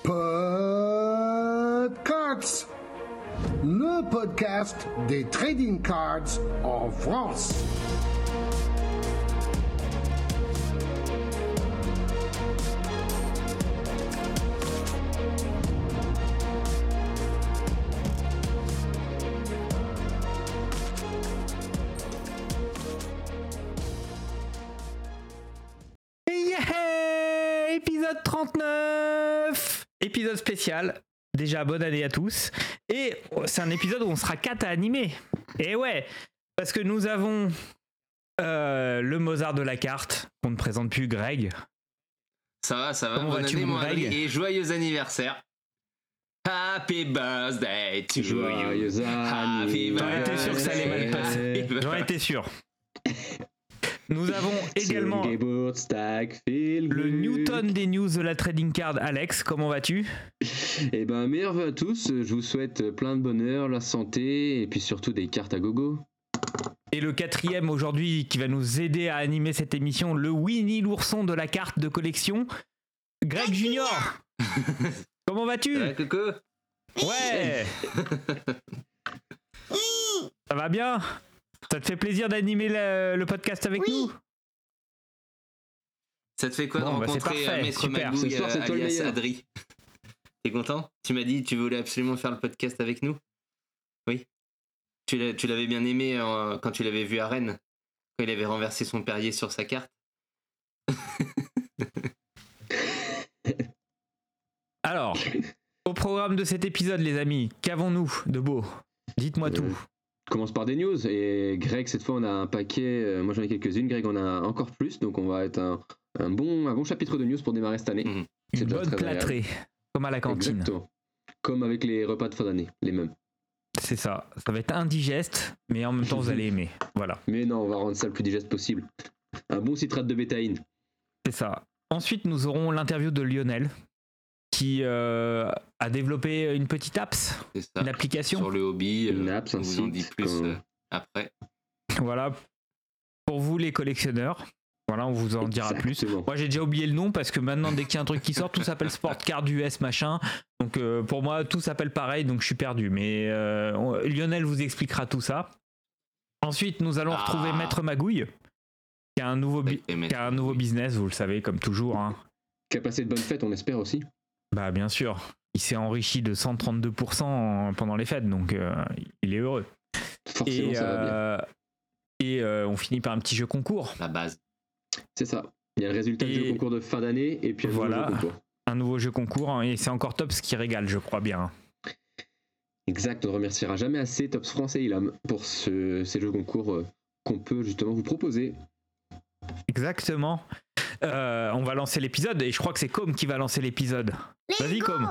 Podcards, le podcast des trading cards en France. Épisode 39, épisode spécial. Déjà, bonne année à tous. Et c'est un épisode où on sera 4 à animer. Et ouais, parce que nous avons le Mozart de la carte, qu'on ne présente plus, Greg. Ça va, Comment bonne vas-tu, année mon mon Greg ? Adrien, et joyeux anniversaire. Happy birthday to you. Happy J'en étais sûr que ça allait mal passer. birthday. J'en étais sûr. Nous avons également le Newton des news de la trading card, Alex. Comment vas-tu ? Eh ben, meilleurs vœux à tous. Je vous souhaite plein de bonheur, la santé et puis surtout des cartes à gogo. Et le quatrième aujourd'hui qui va nous aider à animer cette émission, le Winnie l'ourson de la carte de collection, Greg Junior. Comment vas-tu ? Ouais, Coco. Ouais. Ça va bien ? Ça te fait plaisir d'animer le podcast avec nous ? Ça te fait quoi Bon, de c'est rencontrer parfait, Maître super. Magouille, Ce soir, c'est toi le alias meilleur. Adri? T'es content? Tu m'as dit que tu voulais absolument faire le podcast avec nous? Oui. Tu l'avais bien aimé quand tu l'avais vu à Rennes, quand il avait renversé son Perrier sur sa carte. Alors, au programme de cet épisode, les amis, qu'avons-nous de beau ? Dites-moi tout. Commence par des news. Et Greg, cette fois, on a un paquet. Moi, j'en ai quelques-unes. Greg en a encore plus. Donc, on va être un bon chapitre de news pour démarrer cette année. Mhm. C'est Une déjà bonne très agréable. plâtrée, comme à la cantine. Exactement. Comme avec les repas de fin d'année, les mêmes. C'est ça. Ça va être indigeste, mais en même temps, vous allez aimer. Voilà, Mais non, on va rendre ça le plus digeste possible. Un bon citrate de bétaïne. c'est ça. Ensuite, nous aurons l'interview de Lionel, qui a développé une petite apps, C'est ça. une application. Sur le hobby, Une app, on un vous en site, dit plus comme- après. Voilà, pour vous les collectionneurs. Voilà, on vous en dira plus. Exactement. Moi, j'ai déjà oublié le nom parce que maintenant, dès qu'il y a un truc qui sort, tout s'appelle Sport Card US machin. Donc, pour moi, tout s'appelle pareil, donc je suis perdu. Mais Lionel vous expliquera tout ça. Ensuite, nous allons retrouver Maître Magouille, qui a un nouveau, business, vous le savez, comme toujours. Hein. Qui a passé de bonnes fêtes, on espère aussi. Bah, bien sûr. Il s'est enrichi de 132% pendant les fêtes, donc il est heureux. Forcément, Et, ça va bien. on finit par un petit jeu concours. La base. C'est ça. Il y a le résultat du Et- jeu concours de fin d'année et puis un nouveau Voilà. jeu concours. Un nouveau jeu concours, hein, et c'est encore Tops qui régale, je crois bien. Exact, on ne remerciera jamais assez Tops France et Ilam pour ces jeux concours qu'on peut justement vous proposer. Exactement. On va lancer l'épisode, et je crois que c'est Com qui va lancer l'épisode. Vas-y, Com.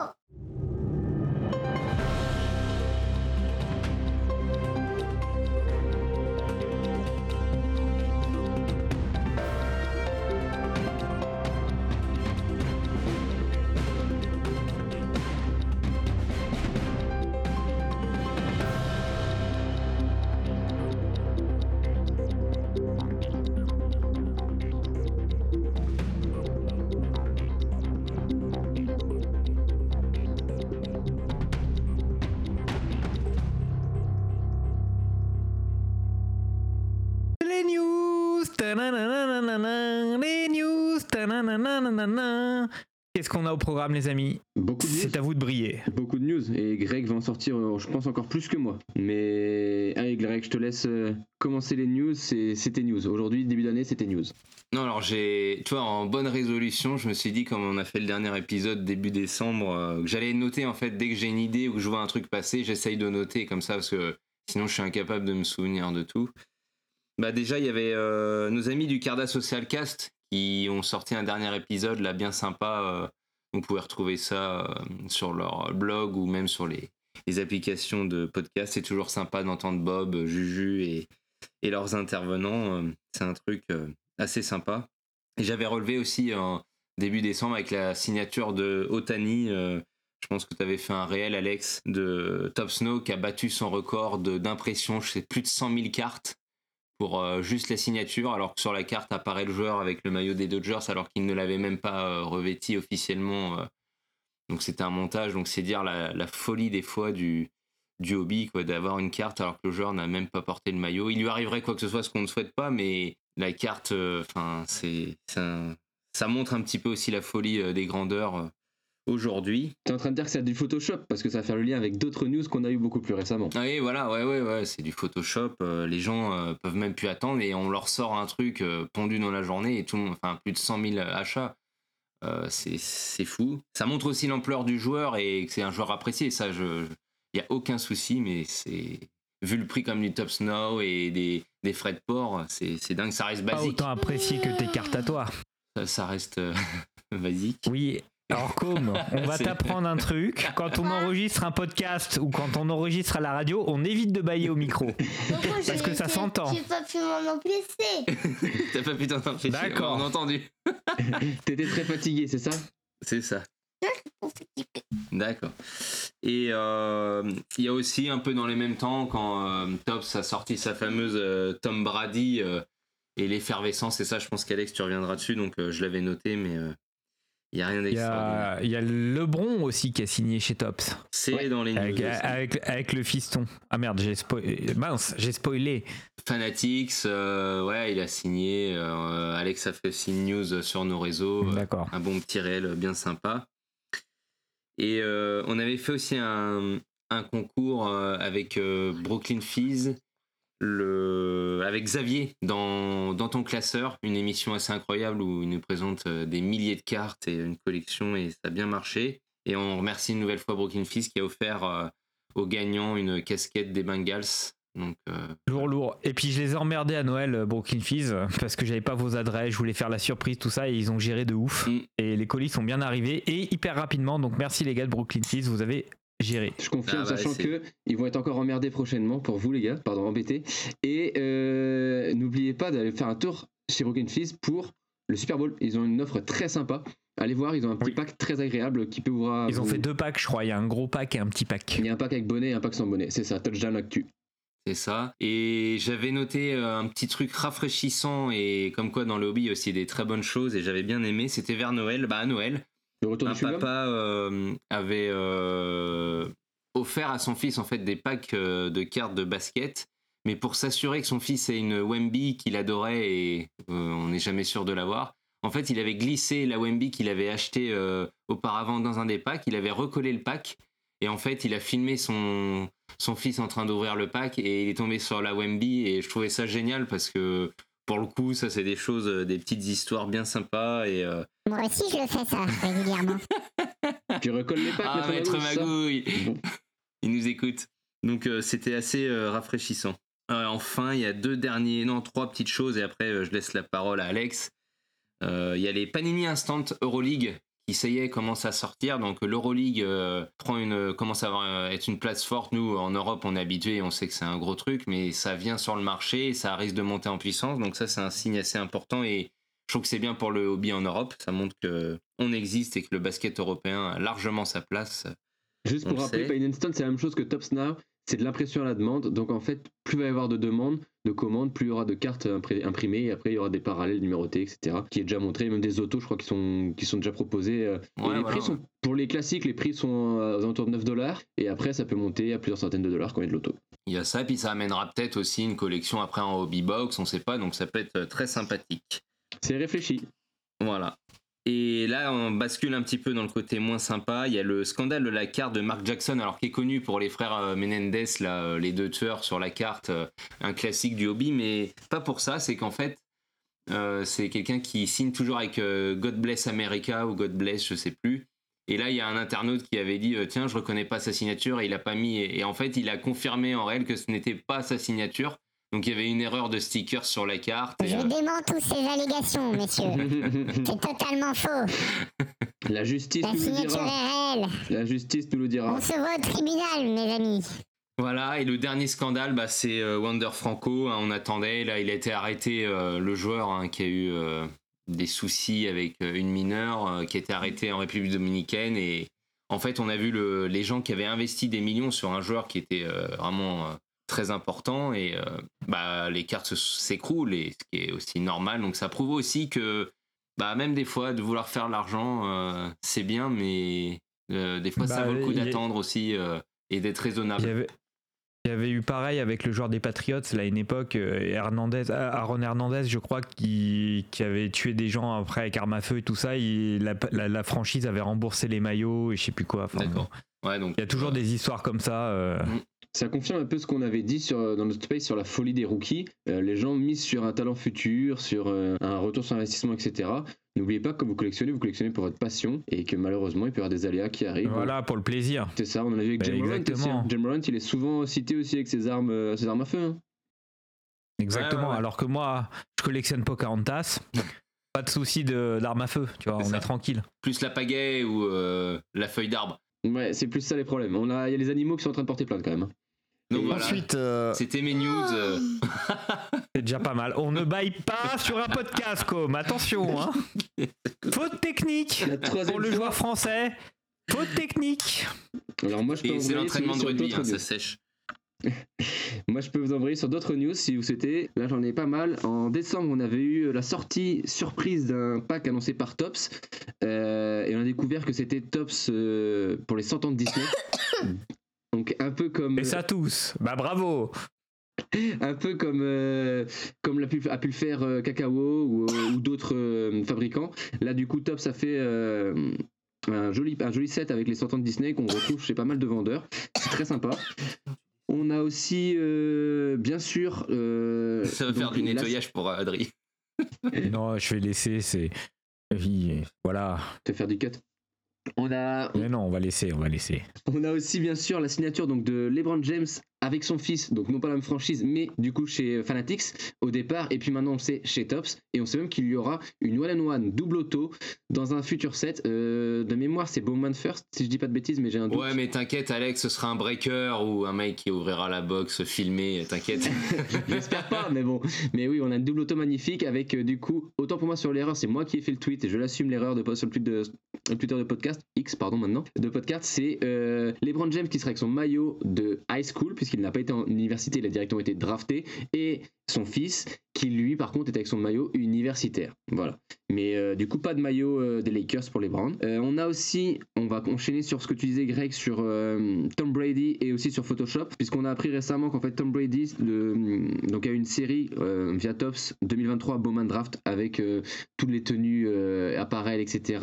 Les news, ta-na-na-na-na-na, les news, ta-na-na-na-na-na. Qu'est-ce qu'on a au programme, les amis ? Beaucoup de news. C'est à vous de briller. Beaucoup de news et Greg va en sortir, je pense, encore plus que moi. Mais allez, Greg, je te laisse commencer les news. C'était news. Aujourd'hui, début d'année, c'était news. Non, alors tu vois, en bonne résolution, je me suis dit, comme on a fait le dernier épisode début décembre, que j'allais noter en fait dès que j'ai une idée ou que je vois un truc passer, j'essaye de noter comme ça parce que sinon je suis incapable de me souvenir de tout. Bah déjà, il y avait nos amis du Carda Social Cast qui ont sorti un dernier épisode là bien sympa. Vous pouvez retrouver ça sur leur blog ou même sur les applications de podcast. C'est toujours sympa d'entendre Bob, Juju et leurs intervenants. C'est un truc assez sympa. Et j'avais relevé aussi en début décembre avec la signature de Otani. Je pense que tu avais fait un réel, Alex, de Top Snow qui a battu son record d'impression. Je sais, plus de 100 000 cartes pour juste la signature, alors que sur la carte apparaît le joueur avec le maillot des Dodgers alors qu'il ne l'avait même pas revêti officiellement Donc c'était un montage, donc c'est dire la folie des fois du hobby, quoi, d'avoir une carte alors que le joueur n'a même pas porté le maillot. Il lui arriverait quoi que ce soit, ce qu'on ne souhaite pas, mais la carte, ça montre un petit peu aussi la folie des grandeurs aujourd'hui. T'es en train de dire que c'est du Photoshop parce que ça va faire le lien avec d'autres news qu'on a eu beaucoup plus récemment. Ah oui, voilà, ouais, c'est du Photoshop. Les gens peuvent même plus attendre et on leur sort un truc pondu dans la journée et tout le monde, enfin plus de 100 000 achats. C'est fou. Ça montre aussi l'ampleur du joueur et que c'est un joueur apprécié. Ça, il y a aucun souci, mais c'est vu le prix comme du Top Snow et des frais de port, c'est dingue. Ça reste Pas basique. autant apprécié que tes cartes à toi. Ça reste basique. Oui. Alors Com, on va t'apprendre un truc. Quand on enregistre un podcast ou quand on enregistre à la radio, on évite de bâiller au micro. Parce que ça s'entend. J'ai pas pu m'en empêcher. T'as pas pu t'en empêcher. D'accord. On a entendu. T'étais très fatigué, c'est ça? C'est ça. D'accord. Et il y a aussi un peu dans les mêmes temps quand Topps a sorti sa fameuse Tom Brady et l'effervescence, et ça je pense qu'Alex tu reviendras dessus, donc je l'avais noté, mais il n'y a rien d'extraordinaire. Il y a LeBron aussi qui a signé chez Topps. C'est dans les news. Avec le fiston. Ah merde, j'ai spoilé. Fanatics, il a signé. Alex a fait aussi une news sur nos réseaux. D'accord. Un bon petit réel bien sympa. Et on avait fait aussi un concours avec Brooklyn Fizz, avec Xavier dans ton classeur, une émission assez incroyable où il nous présente des milliers de cartes et une collection, et ça a bien marché. Et on remercie une nouvelle fois Brooklyn Fizz qui a offert aux gagnants une casquette des Bengals. Donc, lourd. Et puis je les ai emmerdés à Noël, Brooklyn Fizz, parce que j'avais pas vos adresses, je voulais faire la surprise, tout ça, et ils ont géré de ouf. Et les colis sont bien arrivés et hyper rapidement. Donc merci les gars de Brooklyn Fizz, vous avez géré. Je confirme, sachant que ils vont être encore emmerdés prochainement pour vous les gars, embêtés. Et n'oubliez pas d'aller faire un tour chez Brooklyn Fizz pour le Super Bowl. Ils ont une offre très sympa. Allez voir, ils ont un petit pack très agréable qui peut vous... Ils ont fait 2 packs, je crois. Il y a un gros pack et un petit pack. Il y a un pack avec bonnet et un pack sans bonnet. C'est ça, Touchdown Actu. C'est ça. Et j'avais noté un petit truc rafraîchissant, et comme quoi dans le hobby il y a aussi des très bonnes choses, et j'avais bien aimé. C'était vers Noël. À Noël, le retour un du chewing-gum. papa avait offert à son fils en fait des packs de cartes de basket, mais pour s'assurer que son fils ait une Wemby qu'il adorait, et on n'est jamais sûr de l'avoir. En fait, il avait glissé la Wemby qu'il avait achetée auparavant dans un des packs. Il avait recollé le pack. Et en fait, il a filmé son fils en train d'ouvrir le pack, et il est tombé sur la Wemby, et je trouvais ça génial parce que pour le coup, ça c'est des choses, des petites histoires bien sympas. Et moi aussi, je le fais ça régulièrement. Tu recolles les packs, Maître Magouille. Il nous écoute. Donc c'était assez rafraîchissant. Enfin, il y a 3 petites choses, et après je laisse la parole à Alex. Il y a les Panini Instant Euroleague qui, ça y est, commence à sortir. Donc l'Euroleague commence à être une place forte. Nous, en Europe, on est habitués, on sait que c'est un gros truc, mais ça vient sur le marché et ça risque de monter en puissance. Donc ça, c'est un signe assez important, et je trouve que c'est bien pour le hobby en Europe. Ça montre qu'on existe et que le basket européen a largement sa place. Juste pour rappeler, Panini Instant, c'est la même chose que Topps Now. C'est de l'impression à la demande. Donc en fait, plus il va y avoir de demandes, de commandes, plus il y aura de cartes imprimées, et après il y aura des parallèles numérotés, etc. Qui est déjà montré, même des autos, je crois, qui sont déjà proposés. Prix sont, pour les classiques, les prix sont aux alentours de $9, et après ça peut monter à plusieurs centaines de dollars quand il y a de l'auto. Il y a ça, puis ça amènera peut-être aussi une collection après en hobby box, on sait pas, donc ça peut être très sympathique. C'est réfléchi. Voilà. Et là, on bascule un petit peu dans le côté moins sympa. Il y a le scandale de la carte de Mark Jackson, alors qui est connu pour les frères Menendez, là, les 2 tueurs sur la carte, un classique du hobby, mais pas pour ça. C'est qu'en fait, c'est quelqu'un qui signe toujours avec God Bless America ou God Bless, je sais plus. Et là, il y a un internaute qui avait dit tiens, je reconnais pas sa signature, et il a pas mis. Et en fait, il a confirmé en réel que ce n'était pas sa signature. Donc il y avait une erreur de sticker sur la carte. Je dément toutes ces allégations, messieurs. C'est totalement faux. La justice nous le signature dira. est réelle. La justice nous le dira. On se voit au tribunal, mes amis. Voilà, et le dernier scandale, c'est Wander Franco. On attendait, là il a été arrêté, le joueur qui a eu des soucis avec une mineure, qui a été arrêté en République Dominicaine. Et en fait, on a vu les gens qui avaient investi des millions sur un joueur qui était vraiment... très important, et les cartes s'écroulent, et ce qui est aussi normal. Donc ça prouve aussi que même des fois de vouloir faire de l'argent c'est bien, mais Des fois, ça vaut le coup d'attendre aussi et d'être raisonnable. Il y avait eu pareil avec le joueur des Patriots, là, à une époque, Aaron Hernandez, je crois, qui avait tué des gens après avec arme à feu et tout ça. La franchise avait remboursé les maillots et je sais plus quoi. D'accord. Ouais, donc, il y a toujours des histoires comme ça. Ça confirme un peu ce qu'on avait dit dans notre space sur la folie des rookies. Les gens misent sur un talent futur, sur un retour sur investissement, etc. N'oubliez pas que quand vous collectionnez pour votre passion et que malheureusement il peut y avoir des aléas qui arrivent. Voilà, pour le plaisir. C'est ça, on en a vu avec Jim Morant aussi. Jim Morant, il est souvent cité aussi avec ses armes à feu. Hein. Exactement, ouais. Alors que moi, je collectionne Pocahontas. Pas de souci d'armes à feu, tu vois, on est tranquille. Plus la pagaie ou la feuille d'arbre. Ouais, c'est plus ça les problèmes. Il y a les animaux qui sont en train de porter plainte quand même. Donc voilà, ensuite, c'était mes news. C'est déjà pas mal. On ne baille pas sur un podcast, comme attention. Hein. Faute technique pour le joueur français. Faute technique. Alors moi, Et c'est l'entraînement de rugby, ça sèche. Moi, je peux vous envoyer sur d'autres news si vous souhaitez. Là, j'en ai pas mal. En décembre, on avait eu la sortie surprise d'un pack annoncé par Topps. Et on a découvert que c'était Topps pour les 100 ans de Disney. Donc, un peu comme. Et ça tous. Bah, bravo. Un peu comme a pu le faire Kakao ou d'autres fabricants. Là, du coup, Topps a fait. Un joli set avec les 100 ans de Disney qu'on retrouve chez pas mal de vendeurs. C'est très sympa. On a aussi, bien sûr... ça va faire du nettoyage pour Adri. Non, je vais laisser, voilà. Te faire du cut. Mais non, on va laisser. On a aussi, bien sûr, la signature donc, de LeBron James avec son fils, donc non pas la même franchise, mais du coup chez Fanatics au départ, et puis maintenant on le sait chez Topps, et on sait même qu'il y aura une one-on-one double auto dans un futur set. De mémoire, c'est Bowman First, si je dis pas de bêtises, mais j'ai un doute. Ouais, mais t'inquiète, Alex, ce sera un breaker ou un mec qui ouvrira la box filmé, t'inquiète. J'espère pas, mais bon. Mais oui, on a une double auto magnifique avec du coup, autant pour moi sur l'erreur, c'est moi qui ai fait le tweet et je l'assume l'erreur sur le Twitter de podcast, X pardon maintenant, de podcast, c'est LeBron James qui sera avec son maillot de high school, puisqu'il n'a pas été en université, il a directement été drafté, et son fils qui lui par contre est avec son maillot universitaire. Voilà. Mais du coup pas de maillot des Lakers pour LeBron. On a aussi, on va enchaîner sur ce que tu disais Greg sur Tom Brady et aussi sur Photoshop, puisqu'on a appris récemment qu'en fait Tom Brady donc il y a une série via Topps 2023 Bowman Draft avec toutes les tenues appareils etc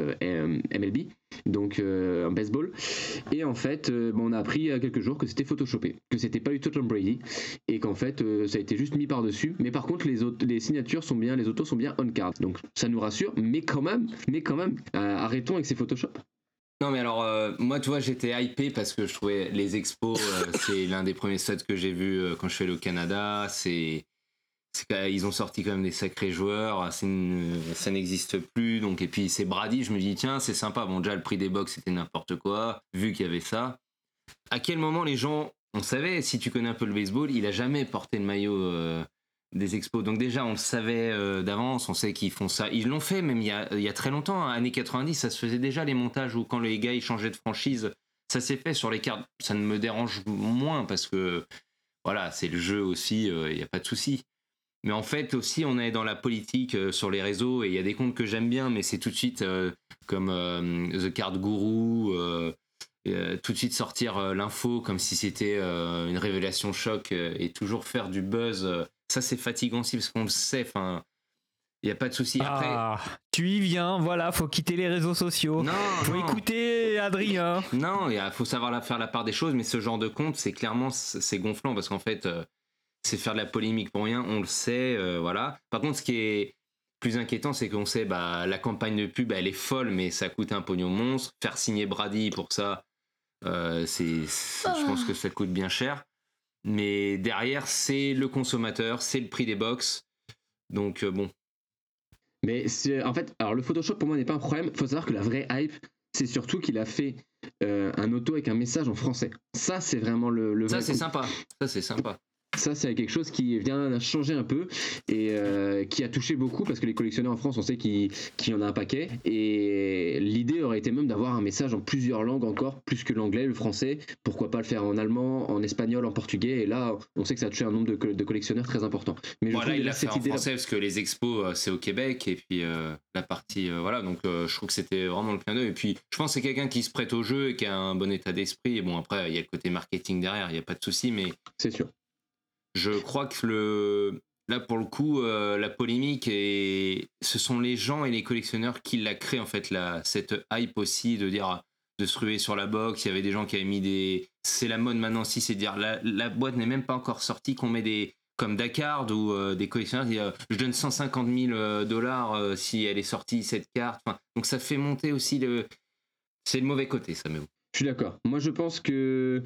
MLB, donc en baseball, et en fait on a appris il y a quelques jours que c'était photoshopé, que c'était pas du tout Tom Brady et qu'en fait ça a été juste mis par dessus, mais par contre les signatures sont bien, les autos sont bien on card, donc ça nous rassure, mais quand même arrêtons avec ces Photoshop. Non mais alors moi tu vois j'étais hypé parce que je trouvais les expos c'est l'un des premiers sets que j'ai vu quand je suis allé au Canada, ils ont sorti quand même des sacrés joueurs, ça n'existe plus, donc et puis c'est Brady, je me dis tiens c'est sympa, bon déjà le prix des box c'était n'importe quoi, vu qu'il y avait ça. À quel moment les gens, on savait, si tu connais un peu le baseball, il a jamais porté le maillot des expos, donc déjà on le savait d'avance, on sait qu'ils font ça, ils l'ont fait même il y a très longtemps, hein, années 90, ça se faisait déjà les montages où quand les gars ils changeaient de franchise, ça s'est fait sur les cartes, ça ne me dérange moins parce que voilà c'est le jeu aussi, il n'y a pas de souci. Mais en fait aussi on est dans la politique sur les réseaux et il y a des comptes que j'aime bien mais c'est tout de suite comme The Card Guru, tout de suite sortir l'info comme si c'était une révélation choc et toujours faire du buzz, ça c'est fatigant aussi parce qu'on le sait, enfin il n'y a pas de souci. Après, tu y viens, voilà, faut quitter les réseaux sociaux, faut écouter Adrien. Non, il faut savoir faire la part des choses, mais ce genre de compte c'est clairement c'est gonflant parce qu'en fait c'est faire de la polémique pour rien, on le sait, voilà. Par contre, ce qui est plus inquiétant, c'est qu'on sait, la campagne de pub, elle est folle, mais ça coûte un pognon monstre. Faire signer Brady pour ça, je pense que ça coûte bien cher. Mais derrière, c'est le consommateur, c'est le prix des box. Donc, bon. Mais en fait, alors le Photoshop, pour moi, n'est pas un problème. Il faut savoir que la vraie hype, c'est surtout qu'il a fait un auto avec un message en français. Ça, c'est vraiment le ça, vrai c'est coup. sympa. Ça, c'est sympa. Ça, c'est quelque chose qui vient changer un peu et qui a touché beaucoup parce que les collectionneurs en France, on sait qu'il y en a un paquet. Et l'idée aurait été même d'avoir un message en plusieurs langues encore, plus que l'anglais, le français. Pourquoi pas le faire en allemand, en espagnol, en portugais. Et là, on sait que ça a touché un nombre de collectionneurs très important. Mais je voilà, il l'a fait en français parce que les expos, c'est au Québec. Et puis la partie, voilà. Donc je trouve que c'était vraiment le clin d'œil. Et puis je pense que c'est quelqu'un qui se prête au jeu et qui a un bon état d'esprit. Et bon, après, il y a le côté marketing derrière, il n'y a pas de souci. Mais c'est sûr. Je crois que là, pour le coup, la polémique, ce sont les gens et les collectionneurs qui l'a créé, en fait, cette hype aussi de dire, de se ruer sur la box. Il y avait des gens qui avaient mis c'est la mode maintenant aussi, c'est de dire, la boîte n'est même pas encore sortie, qu'on met comme Dakar ou des collectionneurs disent, je donne 150 000 $ si elle est sortie, cette carte. Enfin, donc ça fait monter aussi c'est le mauvais côté, ça, mais bon. Je suis d'accord. Moi, je pense que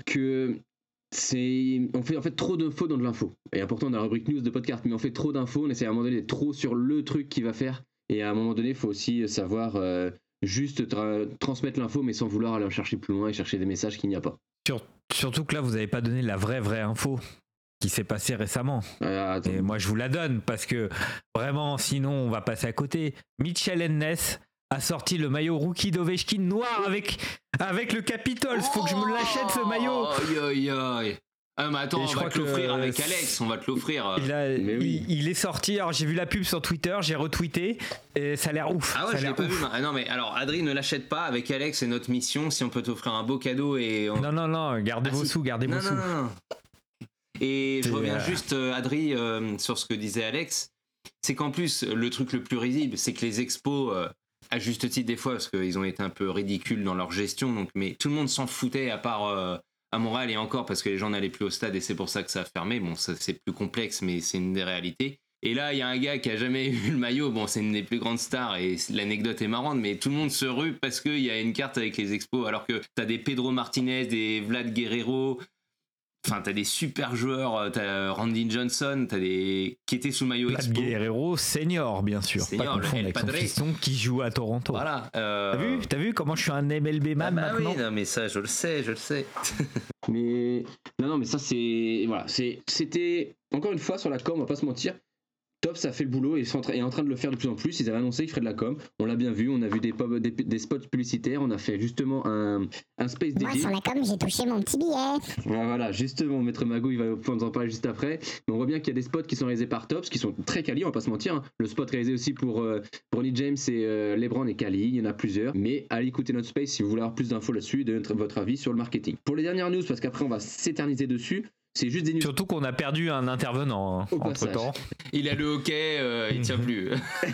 on fait en fait trop d'infos dans de l'info. Et pourtant on a la rubrique news de podcast, mais on fait trop d'infos, on essaie à un moment donné d'être trop sur le truc qui va faire. Et à un moment donné, il faut aussi savoir juste transmettre l'info, mais sans vouloir aller en chercher plus loin et chercher des messages qu'il n'y a pas. Surtout que là, vous n'avez pas donné la vraie info qui s'est passée récemment. Et moi, je vous la donne parce que vraiment, sinon, on va passer à côté. Mitchell Ness a sorti le maillot rookie d'Ovechkin noir avec le Capitals. Faut que je me l'achète, ce maillot. Ah mais attends, on va te l'offrir avec Alex, on va te l'offrir. Il est sorti, alors j'ai vu la pub sur Twitter, j'ai retweeté, et ça a l'air ouf. Ah ouais, je l'ai pas vu. Ah non mais alors Adrien, ne l'achète pas, avec Alex, c'est notre mission, si on peut t'offrir un beau cadeau et... Non, gardez vos sous, gardez vos sous. Non. Et je reviens juste, Adrien, sur ce que disait Alex, c'est qu'en plus, le truc le plus risible, c'est que les expos... à juste titre des fois parce qu'ils ont été un peu ridicules dans leur gestion, donc, mais tout le monde s'en foutait à part à Montréal et encore parce que les gens n'allaient plus au stade et c'est pour ça que ça a fermé. Bon, ça, c'est plus complexe mais c'est une des réalités. Et là il y a un gars qui a jamais eu le maillot, bon c'est une des plus grandes stars et l'anecdote est marrante, mais tout le monde se rue parce qu'il y a une carte avec les expos alors que t'as des Pedro Martinez, des Vlad Guerrero. Enfin, t'as des super joueurs, t'as Randy Johnson, qui étaient sous maillot Expo. Guerrero senior, bien sûr. Senior, pas confondre avec son fiston qui joue à Toronto. Voilà. T'as vu comment je suis un MLB man maintenant? Oui, non, mais ça, je le sais. Mais non, mais ça c'était encore une fois sur la com, on va pas se mentir. Tops a fait le boulot et est en train de le faire de plus en plus. Ils avaient annoncé qu'ils feraient de la com. On l'a bien vu. On a vu des spots publicitaires. On a fait justement un space dédié. Moi, sur la com, j'ai touché mon petit billet. Voilà, justement, Maître Mago, il va nous en parler juste après. Mais on voit bien qu'il y a des spots qui sont réalisés par Tops, qui sont très quali, on va pas se mentir. Hein. Le spot réalisé aussi pour Ronnie James et LeBron est quali. Il y en a plusieurs. Mais allez écouter notre space si vous voulez avoir plus d'infos là-dessus et donner votre avis sur le marketing. Pour les dernières news, parce qu'après on va s'éterniser dessus. C'est juste des news. Surtout qu'on a perdu un intervenant entre temps. Il a le hockey, il tient plus.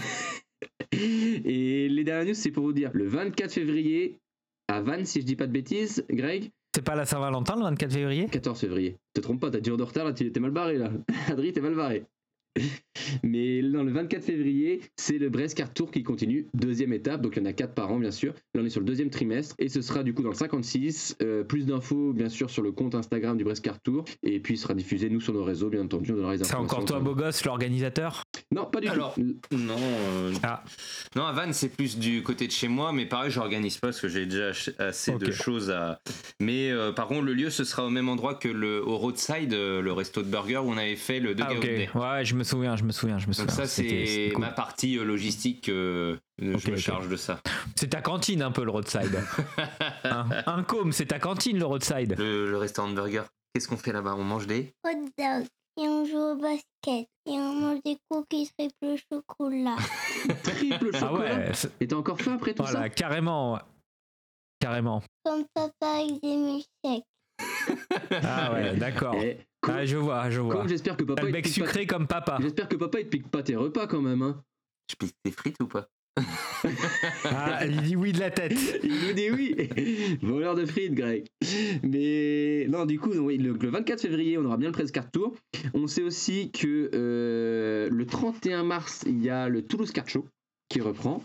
Et les dernières news, c'est pour vous dire le 24 février à Vannes, si je dis pas de bêtises, Greg. C'est pas la Saint-Valentin le 24 février ? 14 février. Te trompe pas, t'as 10 jours de retard là, t'es mal barré là. Adrien, t'es mal barré. Mais non, le 24 février, c'est le Brest Card Tour qui continue, deuxième étape, donc il y en a 4 par an bien sûr. Là on est sur le deuxième trimestre et ce sera du coup dans le 56. Plus d'infos bien sûr sur le compte Instagram du Brest Card Tour et puis il sera diffusé nous sur nos réseaux bien entendu. On donnera les informations. C'est encore toi beau gosse l'organisateur ? Non, pas du tout. Non, à Vannes c'est plus du côté de chez moi, mais pareil j'organise pas parce que j'ai déjà assez de choses à... Mais par contre le lieu ce sera au même endroit que au Roadside, le resto de burger où on avait fait le Dugout Day. Ouais, je me souviens. Donc ça c'est ma partie logistique, je me charge de ça. C'est ta cantine un peu le Roadside. Un com, c'est ta cantine le Roadside. Le restaurant de burger. Qu'est-ce qu'on fait là-bas ? On mange des hot dogs et on joue au basket et on mange des cookies triple chocolat. Triple chocolat. Ah ouais. Et t'as encore faim après tout ça ? Voilà, carrément. Comme papa avec des milkshakes. Ah ouais, d'accord. Je vois. Comme j'espère que papa le bec sucré comme papa. J'espère que papa il te pique pas tes repas quand même, hein. Je pique tes frites ou pas ? Il dit oui de la tête. Il nous dit oui. Voleur de frites, Greg. Mais non, du coup, oui, le 24 février, on aura bien le Brest Card Tour. On sait aussi que le 31 mars, il y a le Toulouse Card Show qui reprend.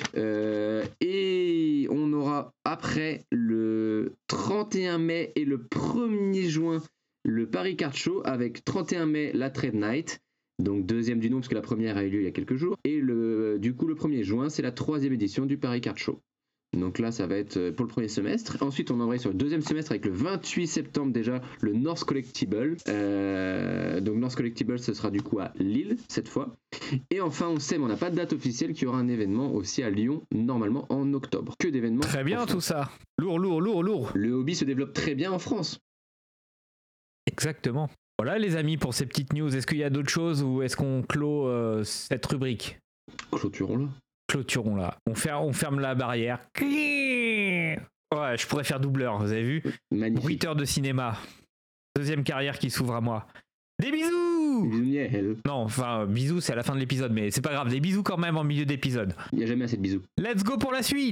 Et on aura après le 31 mai et le 1er juin le Paris Card Show avec 31 mai la Trade Night. Donc deuxième du nom parce que la première a eu lieu il y a quelques jours. Et du coup le 1er juin c'est la 3e édition du Paris Card Show. Donc là, ça va être pour le premier semestre. Ensuite, on embraye sur le deuxième semestre avec le 28 septembre déjà, le North Collectible. Donc North Collectible, ce sera du coup à Lille cette fois. Et enfin, on sait, mais on n'a pas de date officielle, qu'il y aura un événement aussi à Lyon, normalement en octobre. Que d'événements. Très bien tout ça. Lourd. Le hobby se développe très bien en France. Exactement. Voilà les amis pour ces petites news. Est-ce qu'il y a d'autres choses ou est-ce qu'on clôt cette rubrique ? Clôturons-la. On ferme la barrière. Ouais, je pourrais faire doubleur, vous avez vu ? Magnifique. Bruiteur de cinéma. Deuxième carrière qui s'ouvre à moi. Des bisous ! Non, enfin, bisous, c'est à la fin de l'épisode, mais c'est pas grave. Des bisous quand même en milieu d'épisode. Il n'y a jamais assez de bisous. Let's go pour la suite !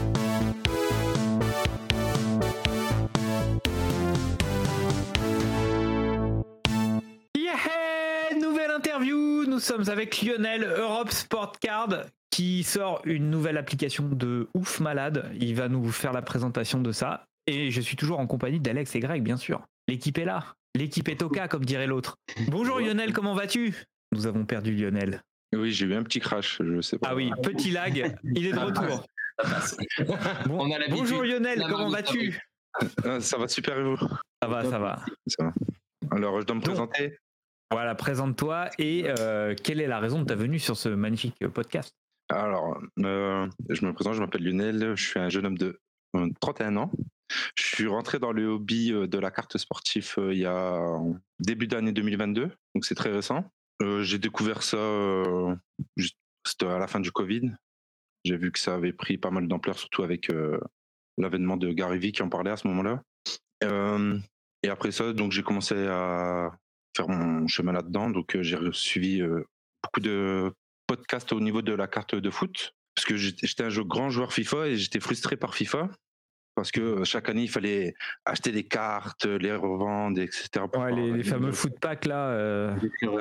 Yeah! Nouvelle interview! Nous sommes avec Lionel, Europe Sport Card, qui sort une nouvelle application de ouf malade. Il va nous faire la présentation de ça. Et je suis toujours en compagnie d'Alex et Greg, bien sûr. L'équipe est là. L'équipe est au cas, comme dirait l'autre. Bonjour Lionel, comment vas-tu ? Nous avons perdu Lionel. Oui, j'ai eu un petit crash, je sais pas. Ah oui, petit lag, il est de retour. Bon, bonjour Lionel, comment vas-tu ? Ça va super et vous ? Ça va. Alors, je dois me présenter. Voilà, présente-toi et quelle est la raison de ta venue sur ce magnifique podcast ? Alors, je me présente, je m'appelle Lionel, je suis un jeune homme de 31 ans. Je suis rentré dans le hobby de la carte sportive il y a début d'année 2022, donc c'est très récent. J'ai découvert ça juste à la fin du Covid. J'ai vu que ça avait pris pas mal d'ampleur, surtout avec l'avènement de Gary Vee qui en parlait à ce moment-là. Et après ça, donc j'ai commencé à faire mon chemin là-dedans. Donc j'ai suivi beaucoup de podcasts au niveau de la carte de foot, parce que j'étais un grand joueur FIFA et j'étais frustré par FIFA. Parce que chaque année, il fallait acheter des cartes, les revendre, etc. Ouais, les fameux foot packs là.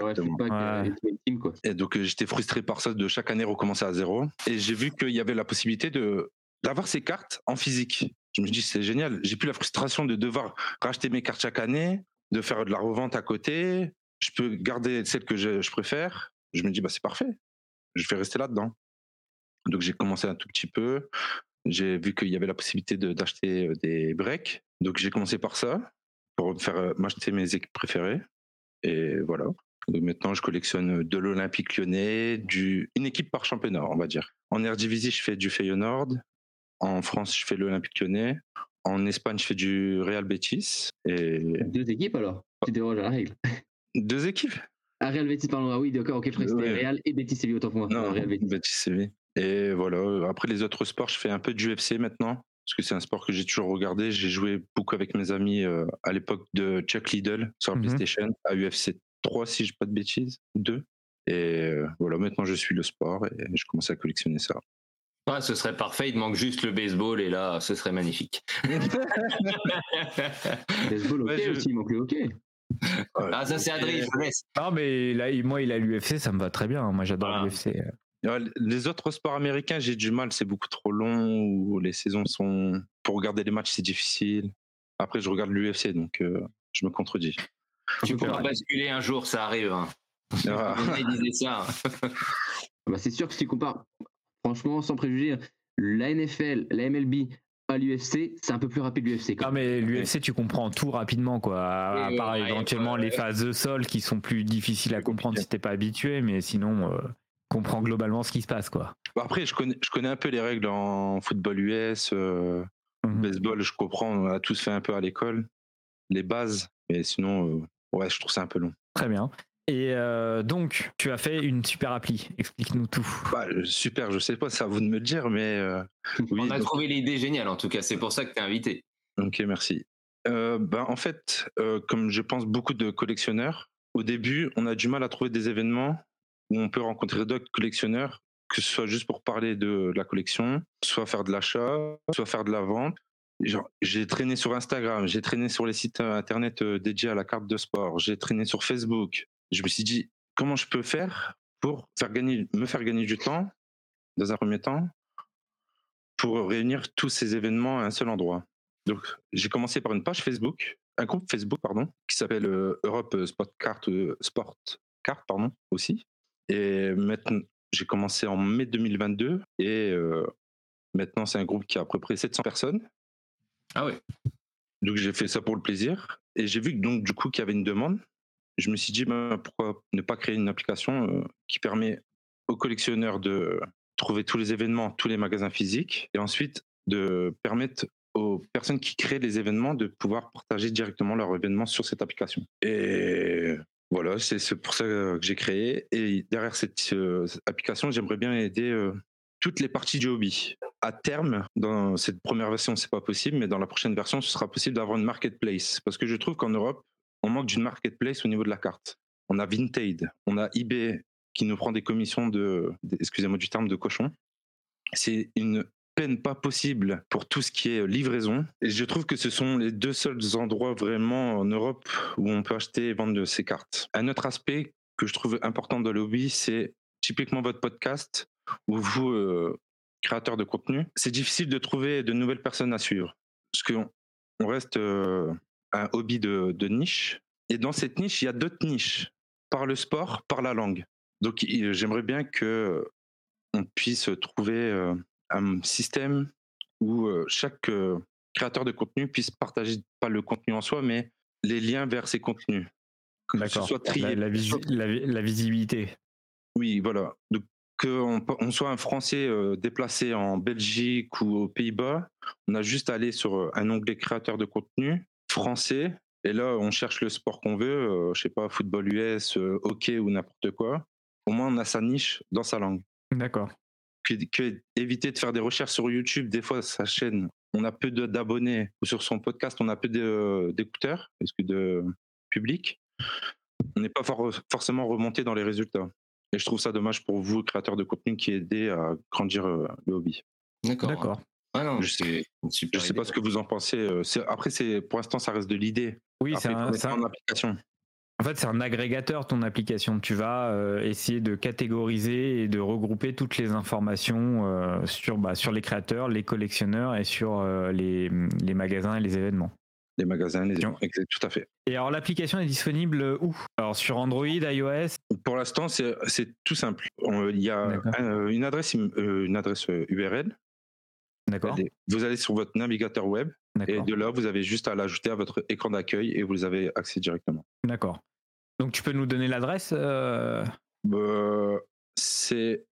Et donc, j'étais frustré par ça, de chaque année recommencer à zéro. Et j'ai vu qu'il y avait la possibilité d'avoir ces cartes en physique. Je me dis, c'est génial. J'ai plus la frustration de devoir racheter mes cartes chaque année, de faire de la revente à côté. Je peux garder celles que je préfère. Je me dis, c'est parfait. Je vais rester là-dedans. Donc, j'ai commencé un tout petit peu. J'ai vu qu'il y avait la possibilité d'acheter des breaks. Donc, j'ai commencé par ça pour m'acheter mes équipes préférées. Et voilà. Donc, maintenant, je collectionne de l'Olympique Lyonnais, une équipe par championnat, on va dire. En Eredivisie, je fais du Feyenoord. En France, je fais l'Olympique Lyonnais. En Espagne, je fais du Real Betis. Et... 2 équipes alors ? Tu déroges à la règle. 2 équipes ? Ah, Real Betis, pardon. Ah oui, d'accord, ok, je crois que c'était Real et Betis Séville, autant pour moi. Non, Real Betis Séville. Et voilà, après les autres sports, je fais un peu d'UFC maintenant, parce que c'est un sport que j'ai toujours regardé. J'ai joué beaucoup avec mes amis à l'époque de Chuck Liddell sur la PlayStation, à UFC 3 si je dis pas de bêtises, 2. Et voilà, maintenant je suis le sport et je commence à collectionner ça. Ouais, ce serait parfait, il te manque juste le baseball et là, ce serait magnifique. Baseball, ok aussi, il manque le hockey. Ah, ça c'est Adrien, je laisse. Non, mais là, moi, il a l'UFC, ça me va très bien. Moi, j'adore l'UFC. Les autres sports américains, j'ai du mal, c'est beaucoup trop long, ou les saisons sont... Pour regarder les matchs, c'est difficile. Après, je regarde l'UFC, donc je me contredis. Tu pourras basculer un jour, ça arrive. Hein. Il disait ça. C'est sûr que si tu compares, franchement, sans préjuger, la NFL, la MLB à l'UFC, c'est un peu plus rapide l'UFC. Non, mais l'UFC, tu comprends tout rapidement, quoi. À part éventuellement les phases de sol qui sont plus difficiles à comprendre si t'es pas habitué, mais sinon... comprend globalement ce qui se passe, quoi. Après, je connais un peu les règles en football US, baseball, je comprends, on a tous fait un peu à l'école, les bases, mais sinon, je trouve ça un peu long. Très bien. Et donc, tu as fait une super appli, explique-nous tout. Super, je sais pas, c'est à vous de me le dire, mais... oui, on a trouvé l'idée géniale, en tout cas, c'est pour ça que tu es invité. Ok, merci. En fait, comme je pense beaucoup de collectionneurs, au début, on a du mal à trouver des événements où on peut rencontrer d'autres collectionneurs, que ce soit juste pour parler de la collection, soit faire de l'achat, soit faire de la vente. J'ai traîné sur Instagram, j'ai traîné sur les sites internet dédiés à la carte de sport, j'ai traîné sur Facebook. Je me suis dit, comment je peux faire pour me faire gagner du temps, dans un premier temps, pour réunir tous ces événements à un seul endroit. Donc, j'ai commencé par une page Facebook, un groupe Facebook, qui s'appelle Europe Sport Card aussi. Et maintenant, j'ai commencé en mai 2022 et Maintenant, c'est un groupe qui a à peu près 700 personnes. Ah ouais. Donc, j'ai fait ça pour le plaisir. Et j'ai vu que, donc, du coup, qu'il y avait une demande. Je me suis dit, pourquoi ne pas créer une application qui permet aux collectionneurs de trouver tous les événements, tous les magasins physiques, et ensuite de permettre aux personnes qui créent les événements de pouvoir partager directement leurs événements sur cette application. Et voilà, c'est pour ça que j'ai créé. Et derrière cette application, j'aimerais bien aider toutes les parties du hobby. À terme, dans cette première version, c'est pas possible, mais dans la prochaine version, ce sera possible d'avoir une marketplace. Parce que je trouve qu'en Europe, on manque d'une marketplace au niveau de la carte. On a Vinted, on a eBay qui nous prend des commissions excusez-moi du terme, de cochon. C'est une peine pas possible pour tout ce qui est livraison. Et je trouve que ce sont les deux seuls endroits vraiment en Europe où on peut acheter et vendre ces cartes. Un autre aspect que je trouve important dans le hobby, c'est typiquement votre podcast où vous, créateurs de contenu, c'est difficile de trouver de nouvelles personnes à suivre. Parce qu'on reste un hobby de niche. Et dans cette niche, il y a d'autres niches, par le sport, par la langue. Donc j'aimerais bien que on puisse trouver un système où chaque créateur de contenu puisse partager pas le contenu en soi, mais les liens vers ses contenus. Que ce soit trié. La visibilité. Oui, voilà. Donc, qu'on soit un Français déplacé en Belgique ou aux Pays-Bas, on a juste à aller sur un onglet créateur de contenu français, et là, on cherche le sport qu'on veut, je sais pas, football US, hockey ou n'importe quoi. Au moins, on a sa niche dans sa langue. D'accord. Que éviter de faire des recherches sur YouTube, des fois, sa chaîne, on a peu d'abonnés, ou sur son podcast, on a peu d'écouteurs, parce que de public. On n'est pas forcément remonté dans les résultats. Et je trouve ça dommage pour vous, créateurs de contenu, qui aidez à grandir le hobby. D'accord. Ah non, je sais pas ce que vous en pensez. Après, pour l'instant, ça reste de l'idée. Oui, après, c'est en application. En fait, c'est un agrégateur, ton application. Tu vas essayer de catégoriser et de regrouper toutes les informations sur les créateurs, les collectionneurs et sur les magasins et les événements. Les magasins, tout à fait. Et alors, l'application est disponible où? Alors, sur Android, iOS? Pour l'instant, c'est tout simple. Il y a une adresse URL. D'accord. Vous allez sur votre navigateur web. Et de là, vous avez juste à l'ajouter à votre écran d'accueil et vous avez accès directement. D'accord. Donc, tu peux nous donner l'adresse c'est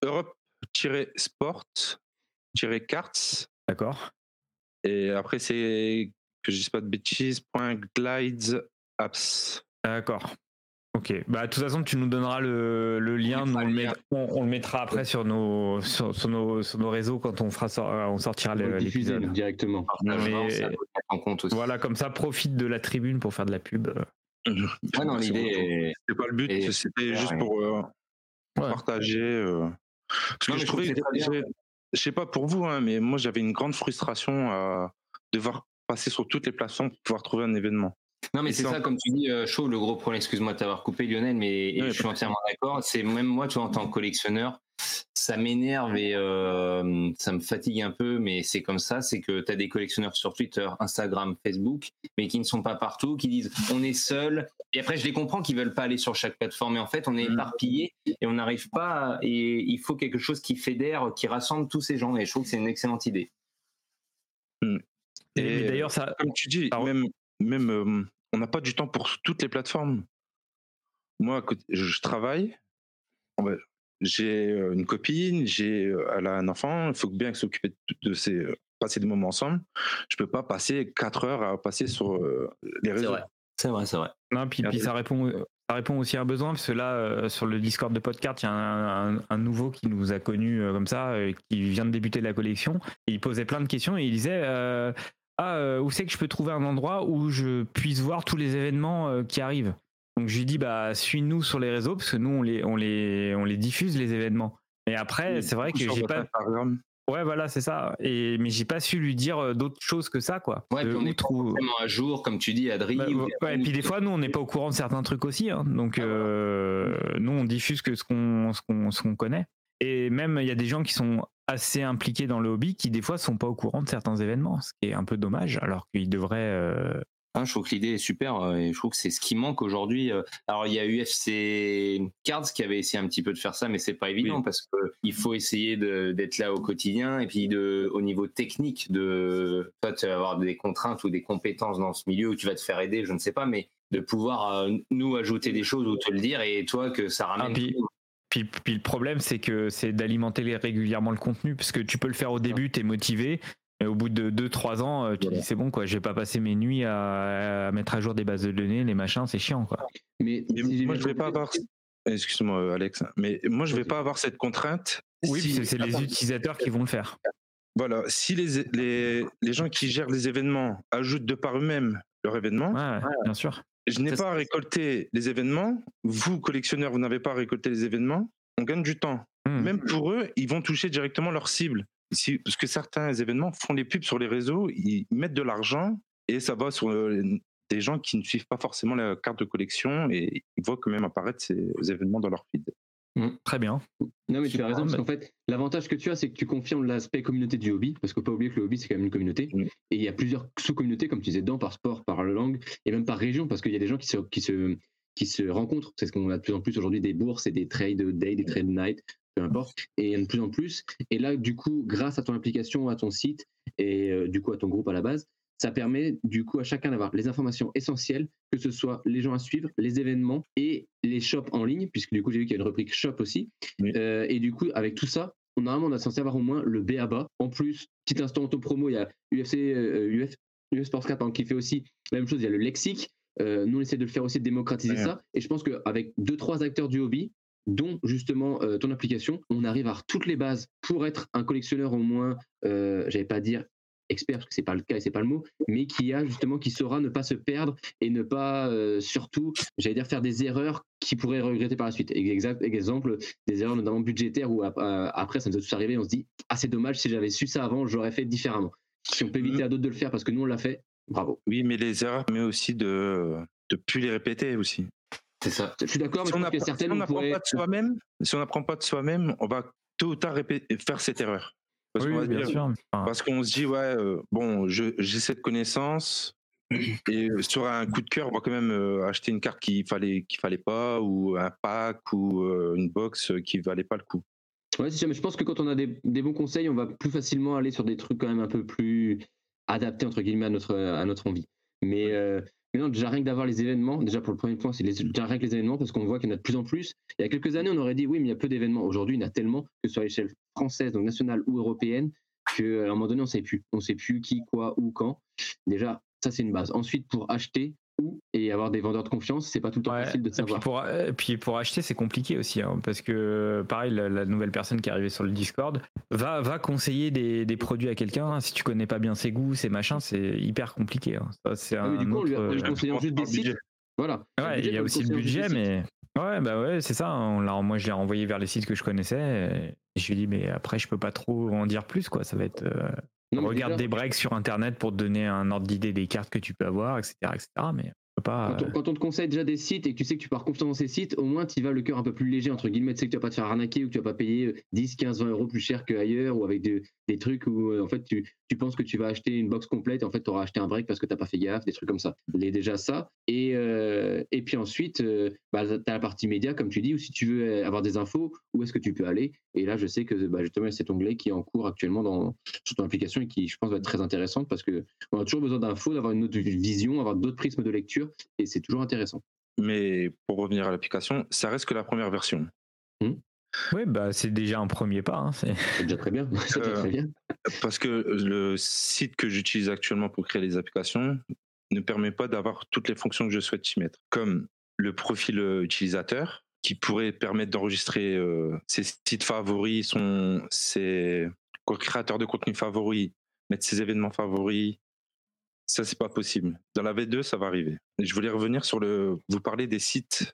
Europe-sport-carts. D'accord. Et après, c'est, que je ne dise pas de bêtises, .glides apps. D'accord. Ok. Bah, de toute façon, tu nous donneras le lien. Nous, on le mettra après sur nos réseaux quand on sortira l'épisode directement. En compte aussi. Voilà, comme ça, profite de la tribune pour faire de la pub. Ah non, l'idée. C'est pas le but, c'était juste pour partager. Parce que je trouvais, je sais pas pour vous, mais moi j'avais une grande frustration à devoir passer sur toutes les plateformes pour pouvoir trouver un événement. Non, mais c'est ça, comme tu dis, Chaud, le gros problème, excuse-moi de t'avoir coupé, Lionel, mais je suis entièrement d'accord. C'est même moi, tu vois, en tant que collectionneur, ça m'énerve et ça me fatigue un peu, mais c'est comme ça, c'est que tu as des collectionneurs sur Twitter, Instagram, Facebook, mais qui ne sont pas partout, qui disent on est seul. Et après, je les comprends qu'ils veulent pas aller sur chaque plateforme, mais en fait, on est éparpillés et on n'arrive pas. Et il faut quelque chose qui fédère, qui rassemble tous ces gens. Et je trouve que c'est une excellente idée. Et d'ailleurs, ça, comme tu dis, même on n'a pas du temps pour toutes les plateformes. Moi, je travaille. J'ai une copine, elle a un enfant, il faut bien s'occuper de passer des moments ensemble. Je peux pas passer 4 heures à passer sur les réseaux. C'est vrai. Non, puis ça répond aussi à un besoin, parce que là, sur le Discord de Podcart, il y a un nouveau qui nous a connus comme ça, qui vient de débuter la collection, et il posait plein de questions, et il disait où c'est que je peux trouver un endroit où je puisse voir tous les événements qui arrivent? Donc je lui dis suis-nous sur les réseaux, parce que nous on les diffuse, les événements. Et après, c'est vrai que j'ai pas. Ouais, voilà, c'est ça. Mais j'ai pas su lui dire d'autres choses que ça, quoi. Ouais, puis on est vraiment à jour, comme tu dis, Adri. Et puis des fois, nous, on n'est pas au courant de certains trucs aussi. Hein. Donc, nous, on diffuse que ce qu'on connaît. Et même, il y a des gens qui sont assez impliqués dans le hobby qui, des fois, sont pas au courant de certains événements, ce qui est un peu dommage, alors qu'ils devraient Je trouve que l'idée est super et je trouve que c'est ce qui manque aujourd'hui. Alors il y a UFC Cards qui avait essayé un petit peu de faire ça, mais c'est pas évident parce que il faut essayer d'être là au quotidien et puis au niveau technique toi tu vas avoir des contraintes ou des compétences dans ce milieu où tu vas te faire aider, je ne sais pas, mais de pouvoir nous ajouter des choses ou te le dire et toi que ça ramène. Puis le problème, c'est que c'est d'alimenter régulièrement le contenu, parce que tu peux le faire au début, t'es motivé. Et au bout de 2-3 ans, tu dis c'est bon quoi, je vais pas passer mes nuits à mettre à jour des bases de données, les machins, c'est chiant quoi. Mais moi je vais pas avoir, excuse-moi Alex, mais moi je vais pas avoir cette contrainte. Oui, parce que c'est les utilisateurs qui vont le faire. Voilà, si les gens qui gèrent les événements ajoutent de par eux-mêmes leur événement, bien sûr. Je n'ai pas à récolter les événements, vous collectionneurs vous n'avez pas à récolter les événements, on gagne du temps. Même pour eux, ils vont toucher directement leur cible. Parce que certains événements font les pubs sur les réseaux, ils mettent de l'argent et ça va sur des gens qui ne suivent pas forcément la carte de collection et ils voient quand même apparaître ces événements dans leur feed. Très bien. Non mais tu as raison, parce qu'en fait l'avantage que tu as, c'est que tu confirmes l'aspect communauté du hobby, parce qu'il ne faut pas oublier que le hobby c'est quand même une communauté et il y a plusieurs sous-communautés comme tu disais dedans, par sport, par langue et même par région, parce qu'il y a des gens qui se rencontrent. C'est ce qu'on a de plus en plus aujourd'hui, des bourses et des trade day, des trade night, peu importe, et de plus en plus. Et là, du coup, grâce à ton application, à ton site et du coup à ton groupe à la base, ça permet du coup à chacun d'avoir les informations essentielles, que ce soit les gens à suivre, les événements et les shops en ligne, puisque du coup j'ai vu qu'il y a une rubrique shop aussi. Et du coup, avec tout ça, normalement on est censé avoir au moins le B.A.B.A. En plus, petit instant auto-promo, il y a UFC Sports Cap qui fait aussi la même chose, il y a le lexique. Nous on essaie de le faire aussi, de démocratiser ça. Et je pense qu'avec 2-3 acteurs du hobby, dont justement ton application, on arrive à avoir toutes les bases pour être un collectionneur au moins, j'allais pas dire expert parce que c'est pas le cas et c'est pas le mot, mais qui saura ne pas se perdre et ne pas surtout, j'allais dire, faire des erreurs qui pourraient regretter par la suite. Exemple, des erreurs notamment budgétaires où après ça nous est tous arrivé, on se dit c'est dommage, si j'avais su ça avant, j'aurais fait différemment. Si on peut éviter à d'autres de le faire parce que nous on l'a fait, bravo. Oui, mais les erreurs, mais aussi de plus les répéter aussi. C'est ça. Je suis d'accord, mais si on n'apprend pas de soi-même, on va tôt ou tard faire cette erreur. Parce qu'on se dit bon, j'ai cette connaissance et sur un coup de cœur, on va quand même acheter une carte qu'il fallait pas, ou un pack ou une box qui valait pas le coup. Ouais, c'est sûr, mais je pense que quand on a des bons conseils, on va plus facilement aller sur des trucs quand même un peu plus adaptés entre guillemets à notre envie. Mais non, déjà rien que d'avoir les événements, déjà pour le premier point, c'est déjà rien que les événements, parce qu'on voit qu'il y en a de plus en plus. Il y a quelques années, on aurait dit oui, mais il y a peu d'événements. Aujourd'hui, il y en a tellement, que ce soit à l'échelle française, donc nationale ou européenne, qu'à un moment donné, on ne sait plus qui, quoi, où, quand. Déjà, ça c'est une base. Ensuite, pour acheter et avoir des vendeurs de confiance, c'est pas tout le temps facile de savoir. Puis pour acheter, c'est compliqué aussi, parce que pareil, la nouvelle personne qui est arrivée sur le Discord va conseiller des produits à quelqu'un. Si tu connais pas bien ses goûts, ses machins, c'est hyper compliqué. Ça, c'est du coup, on lui conseille juste des sites. Voilà. Ouais, il y a aussi le budget, mais c'est ça. Moi, je l'ai renvoyé vers les sites que je connaissais. Et je lui ai dit, mais après, je peux pas trop en dire plus, quoi. Ça va être. Regarde des breaks sur internet pour te donner un ordre d'idée des cartes que tu peux avoir, etc. Mais pas. Quand on te conseille déjà des sites et que tu sais que tu peux avoir confiance dans ces sites, au moins tu y vas le cœur un peu plus léger, entre guillemets. Tu sais que tu vas pas te faire arnaquer ou que tu vas pas payer 10, 15, 20 euros plus cher qu'ailleurs, ou avec des trucs où en fait tu penses que tu vas acheter une box complète et en fait tu auras acheté un break parce que t'as pas fait gaffe, des trucs comme ça. Déjà ça. Et puis ensuite, tu as la partie média, comme tu dis, ou si tu veux avoir des infos, où est-ce que tu peux aller. Et là, je sais que justement, il y a cet onglet qui est en cours actuellement sur ton application et qui, je pense, va être très intéressante parce qu'on a toujours besoin d'infos, d'avoir une autre vision, avoir d'autres prismes de lecture et c'est toujours intéressant. Mais pour revenir à l'application, ça reste que la première version. Oui, c'est déjà un premier pas. C'est déjà très bien. Très bien. Parce que le site que j'utilise actuellement pour créer les applications ne permet pas d'avoir toutes les fonctions que je souhaite y mettre, comme le profil utilisateur qui pourrait permettre d'enregistrer ses sites favoris, ses créateurs de contenu favoris, mettre ses événements favoris. Ça, c'est pas possible. Dans la V2, ça va arriver. Et je voulais revenir sur vous parlez des sites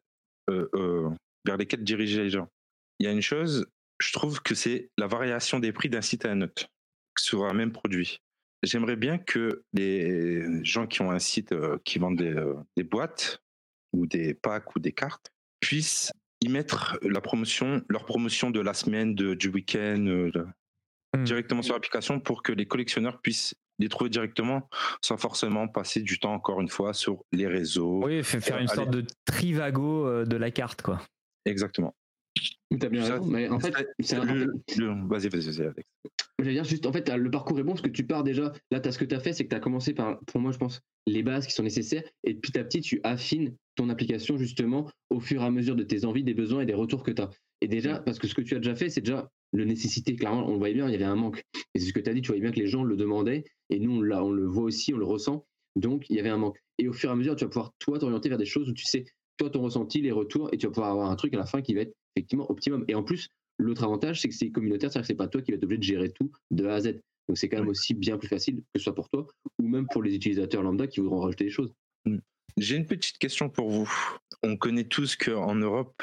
vers lesquels diriger les gens. Il y a une chose, je trouve que c'est la variation des prix d'un site à un autre sur un même produit. J'aimerais bien que les gens qui ont un site qui vendent des boîtes ou des packs ou des cartes puissent y mettre leur promotion de la semaine, du week-end, directement sur l'application pour que les collectionneurs puissent les trouver directement sans forcément passer du temps, encore une fois, sur les réseaux. Oui, faire une sorte de trivago de la carte, quoi. Exactement. T'as bien raison, mais en fait, Vas-y, Alex. J'allais dire juste, en fait, le parcours est bon parce que tu pars déjà. Là, ce que tu as fait, c'est que tu as commencé par, pour moi, je pense, les bases qui sont nécessaires. Et petit à petit, tu affines ton application justement au fur et à mesure de tes envies, des besoins et des retours que tu as. Et déjà, parce que ce que tu as déjà fait, c'est déjà le nécessité. Clairement, on le voyait bien, il y avait un manque. Et c'est ce que tu as dit, tu voyais bien que les gens le demandaient. Et nous, on le voit aussi, on le ressent. Donc, il y avait un manque. Et au fur et à mesure, tu vas pouvoir, toi, t'orienter vers des choses où tu sais, toi, ton ressenti, les retours, et tu vas pouvoir avoir un truc à la fin qui va être effectivement optimum. Et en plus, l'autre avantage, c'est que c'est communautaire, c'est-à-dire que c'est pas toi qui vas être obligé de gérer tout de A à Z. Donc c'est quand même aussi bien plus facile, que ce soit pour toi ou même pour les utilisateurs lambda qui voudront rajouter des choses. J'ai une petite question pour vous. On connaît tous qu'en Europe,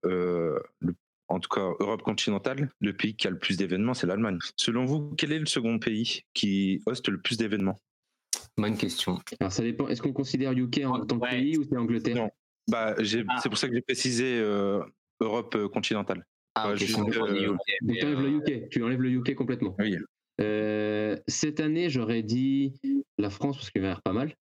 en tout cas Europe continentale, le pays qui a le plus d'événements, c'est l'Allemagne. Selon vous, quel est le second pays qui hoste le plus d'événements? Bonne question. Alors ça dépend, est-ce qu'on considère UK en tant que pays ou c'est Angleterre? Non. C'est pour ça que j'ai précisé Europe continentale. Donc tu enlèves le UK complètement. Oui. Cette année, j'aurais dit la France parce qu'il va y avoir pas mal.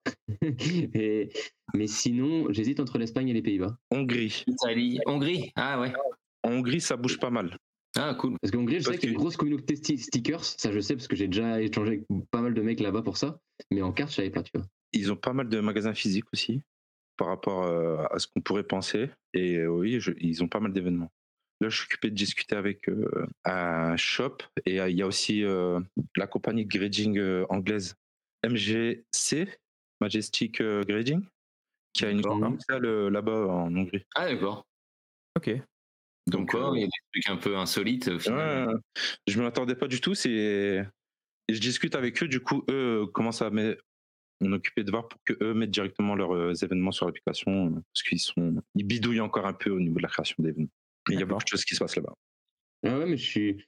Mais sinon, j'hésite entre l'Espagne et les Pays-Bas. Hongrie. Italie. Hongrie. Ah ouais. En Hongrie, ça bouge pas mal. Ah cool. Parce qu'en Hongrie, je sais qu'il y a une grosse communauté stickers. Ça, je sais parce que j'ai déjà échangé avec pas mal de mecs là-bas pour ça. Mais en carte, je savais pas, tu vois. Ils ont pas mal de magasins physiques aussi par rapport à ce qu'on pourrait penser. Et oui, ils ont pas mal d'événements. Là, je suis occupé de discuter avec un shop et il y a aussi la compagnie grading anglaise MGC, Majestic Grading, qui a une salle là-bas en Hongrie. Ah d'accord. Ok. Donc quoi, il y a des trucs un peu insolites finalement. Ouais, je ne m'attendais pas du tout. Et je discute avec eux, du coup, eux commencent à m'en occuper de voir pour qu'eux mettent directement leurs événements sur l'application parce ils bidouillent encore un peu au niveau de la création d'événements. Mais il y a beaucoup de choses qui se passent là-bas. Ah ouais, mais je suis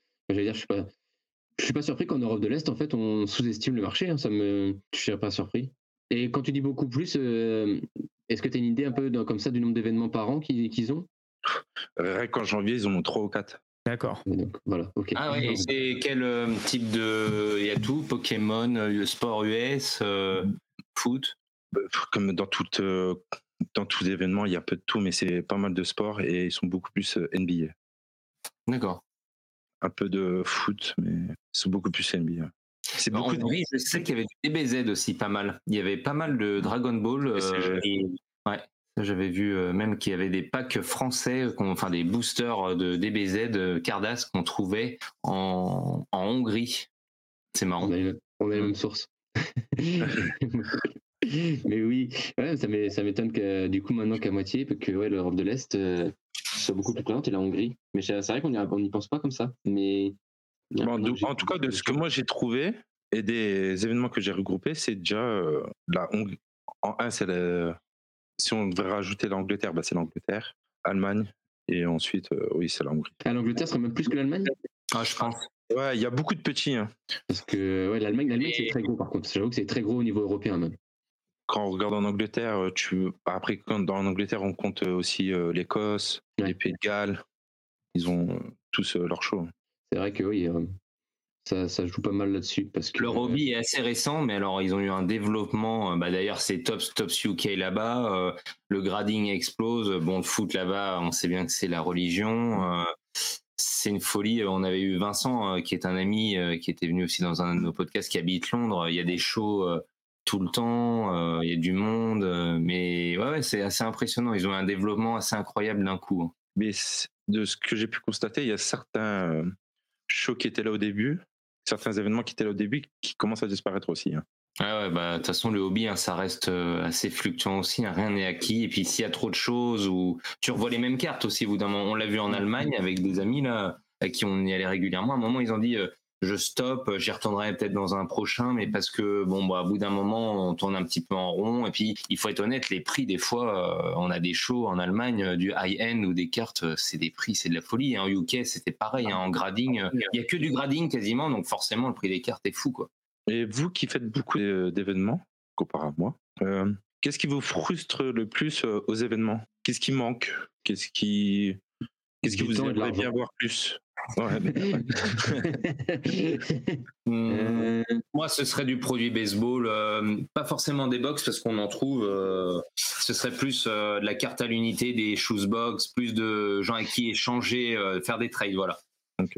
pas surpris qu'en Europe de l'Est, en fait, on sous-estime le marché. Hein, je suis pas surpris. Et quand tu dis beaucoup plus, est-ce que tu as une idée un peu comme ça du nombre d'événements par an qu'ils ont? Rien qu'en janvier, ils en ont 3 ou 4. D'accord. Donc, voilà, ok. Ah ouais, et c'est quel type de... Il y a tout, Pokémon, sport US, foot? Comme dans tout événement, il y a peu de tout, mais c'est pas mal de sport et ils sont beaucoup plus NBA. D'accord. Un peu de foot, mais ils sont beaucoup plus NBA. C'est En Hongrie, je sais qu'il y avait du DBZ aussi pas mal. Il y avait pas mal de Dragon Ball. Ouais, ça, j'avais vu même qu'il y avait des packs français, enfin des boosters de DBZ Cardass qu'on trouvait en Hongrie. C'est marrant. On a la même source. Mais oui, ouais, ça m'étonne que du coup maintenant qu'à moitié, que ouais, l'Europe de l'Est soit beaucoup plus présente et la Hongrie. Mais c'est vrai qu'on n'y pense pas comme ça. Mais en tout cas, de ce que moi j'ai trouvé et des événements que j'ai regroupés, c'est déjà la Hongrie. En un, c'est si on devrait rajouter l'Angleterre, c'est l'Angleterre, Allemagne et ensuite oui, c'est la Hongrie. L'Angleterre serait même plus que l'Allemagne? Ah, je pense. Ouais, il y a beaucoup de petits. Hein. Parce que ouais, l'Allemagne c'est très gros par contre. J'avoue que c'est très gros au niveau européen même. Quand on regarde en Angleterre, après en Angleterre on compte aussi l'Écosse, les Pays de Galles, ils ont tous leur show. C'est vrai que oui, ça joue pas mal là-dessus parce que leur hobby est assez récent, mais alors ils ont eu un développement. D'ailleurs, c'est Tops UK là-bas. Le grading explose. Bon, le foot là-bas, on sait bien que c'est la religion. C'est une folie. On avait eu Vincent, qui est un ami, qui était venu aussi dans un de nos podcasts, qui habite Londres. Il y a des shows tout le temps. Il y a du monde, mais ouais, c'est assez impressionnant. Ils ont un développement assez incroyable d'un coup. Mais de ce que j'ai pu constater, il y a certains shows qui étaient là au début, certains événements qui étaient là au début, qui commencent à disparaître aussi. Hein. Ah ouais, de toute façon, le hobby, ça reste assez fluctuant aussi. Rien n'est acquis. Et puis, s'il y a trop de choses, ou tu revois les mêmes cartes aussi, évidemment. On l'a vu en Allemagne avec des amis là, à qui on y allait régulièrement. À un moment, ils ont dit je stoppe, j'y retournerai peut-être dans un prochain, mais parce que, à bout d'un moment, on tourne un petit peu en rond. Et puis, il faut être honnête, les prix, des fois, on a des shows en Allemagne, du high-end ou des cartes, c'est des prix, c'est de la folie. En UK, c'était pareil, en grading. Il n'y a que du grading quasiment, donc forcément, le prix des cartes est fou, quoi. Et vous qui faites beaucoup d'événements, comparé à moi, qu'est-ce qui vous frustre le plus aux événements? Qu'est-ce qui manque? Qu'est-ce qui vous aimerait bien voir plus? Ouais, Moi, ce serait du produit baseball, pas forcément des box parce qu'on en trouve. Ce serait plus de la carte à l'unité, des shoes box, plus de gens avec qui échanger, faire des trades, voilà. Ok.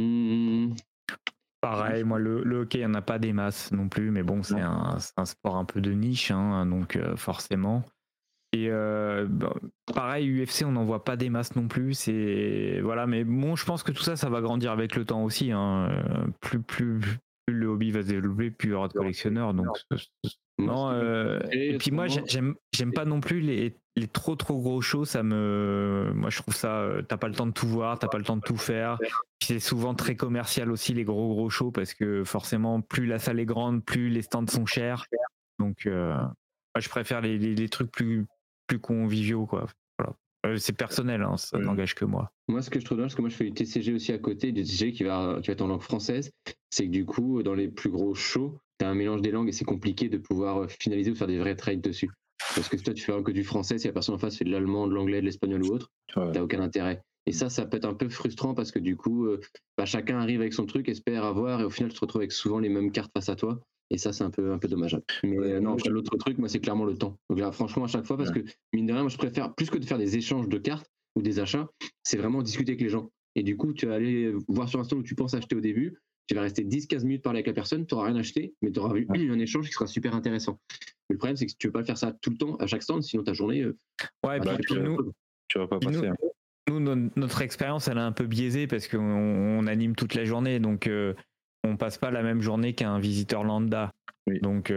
Pareil, moi le hockey, il n'y en a pas des masses non plus, mais bon, c'est un sport un peu de niche, hein, donc forcément. Et pareil, UFC, on n'en voit pas des masses non plus. Voilà, mais bon, je pense que tout ça, ça va grandir avec le temps aussi. Hein. Plus le hobby va se développer, plus il y aura de collectionneurs. Donc, non. Et puis moi, j'aime pas non plus les trop gros shows. Moi, je trouve ça. T'as pas le temps de tout voir, t'as pas le temps de tout faire. Puis c'est souvent très commercial aussi les gros shows parce que forcément, plus la salle est grande, plus les stands sont chers. Donc, moi, je préfère les trucs plus conviviaux, quoi. Voilà. C'est personnel, hein, ça n'engage que moi. Moi, ce que je trouve dommage, parce que moi je fais du TCG aussi à côté, du TCG qui va être en langue française, c'est que du coup, dans les plus gros shows, t'as un mélange des langues et c'est compliqué de pouvoir finaliser ou faire des vrais trades dessus. Parce que si toi tu fais que du français, si la personne en face fait de l'allemand, de l'anglais, de l'espagnol ou autre, t'as aucun intérêt. Et ça peut être un peu frustrant parce que du coup, chacun arrive avec son truc, espère avoir, et au final tu te retrouves avec souvent les mêmes cartes face à toi. Et ça, c'est un peu dommageable. Mais non, l'autre truc, moi, c'est clairement le temps. Donc là, franchement, à chaque fois, parce que mine de rien, moi, je préfère, plus que de faire des échanges de cartes ou des achats, c'est vraiment discuter avec les gens. Et du coup, tu vas aller voir sur un stand où tu penses acheter au début, tu vas rester 10-15 minutes parler avec la personne, tu n'auras rien acheté, mais tu auras vu un échange qui sera super intéressant. Mais le problème, c'est que tu ne veux pas faire ça tout le temps, à chaque stand, sinon ta journée. Ouais, puis nous, tu vas pas passer. Nous, notre expérience, elle est un peu biaisée parce qu'on anime toute la journée, donc on passe pas la même journée qu'un visiteur lambda. Oui. Donc,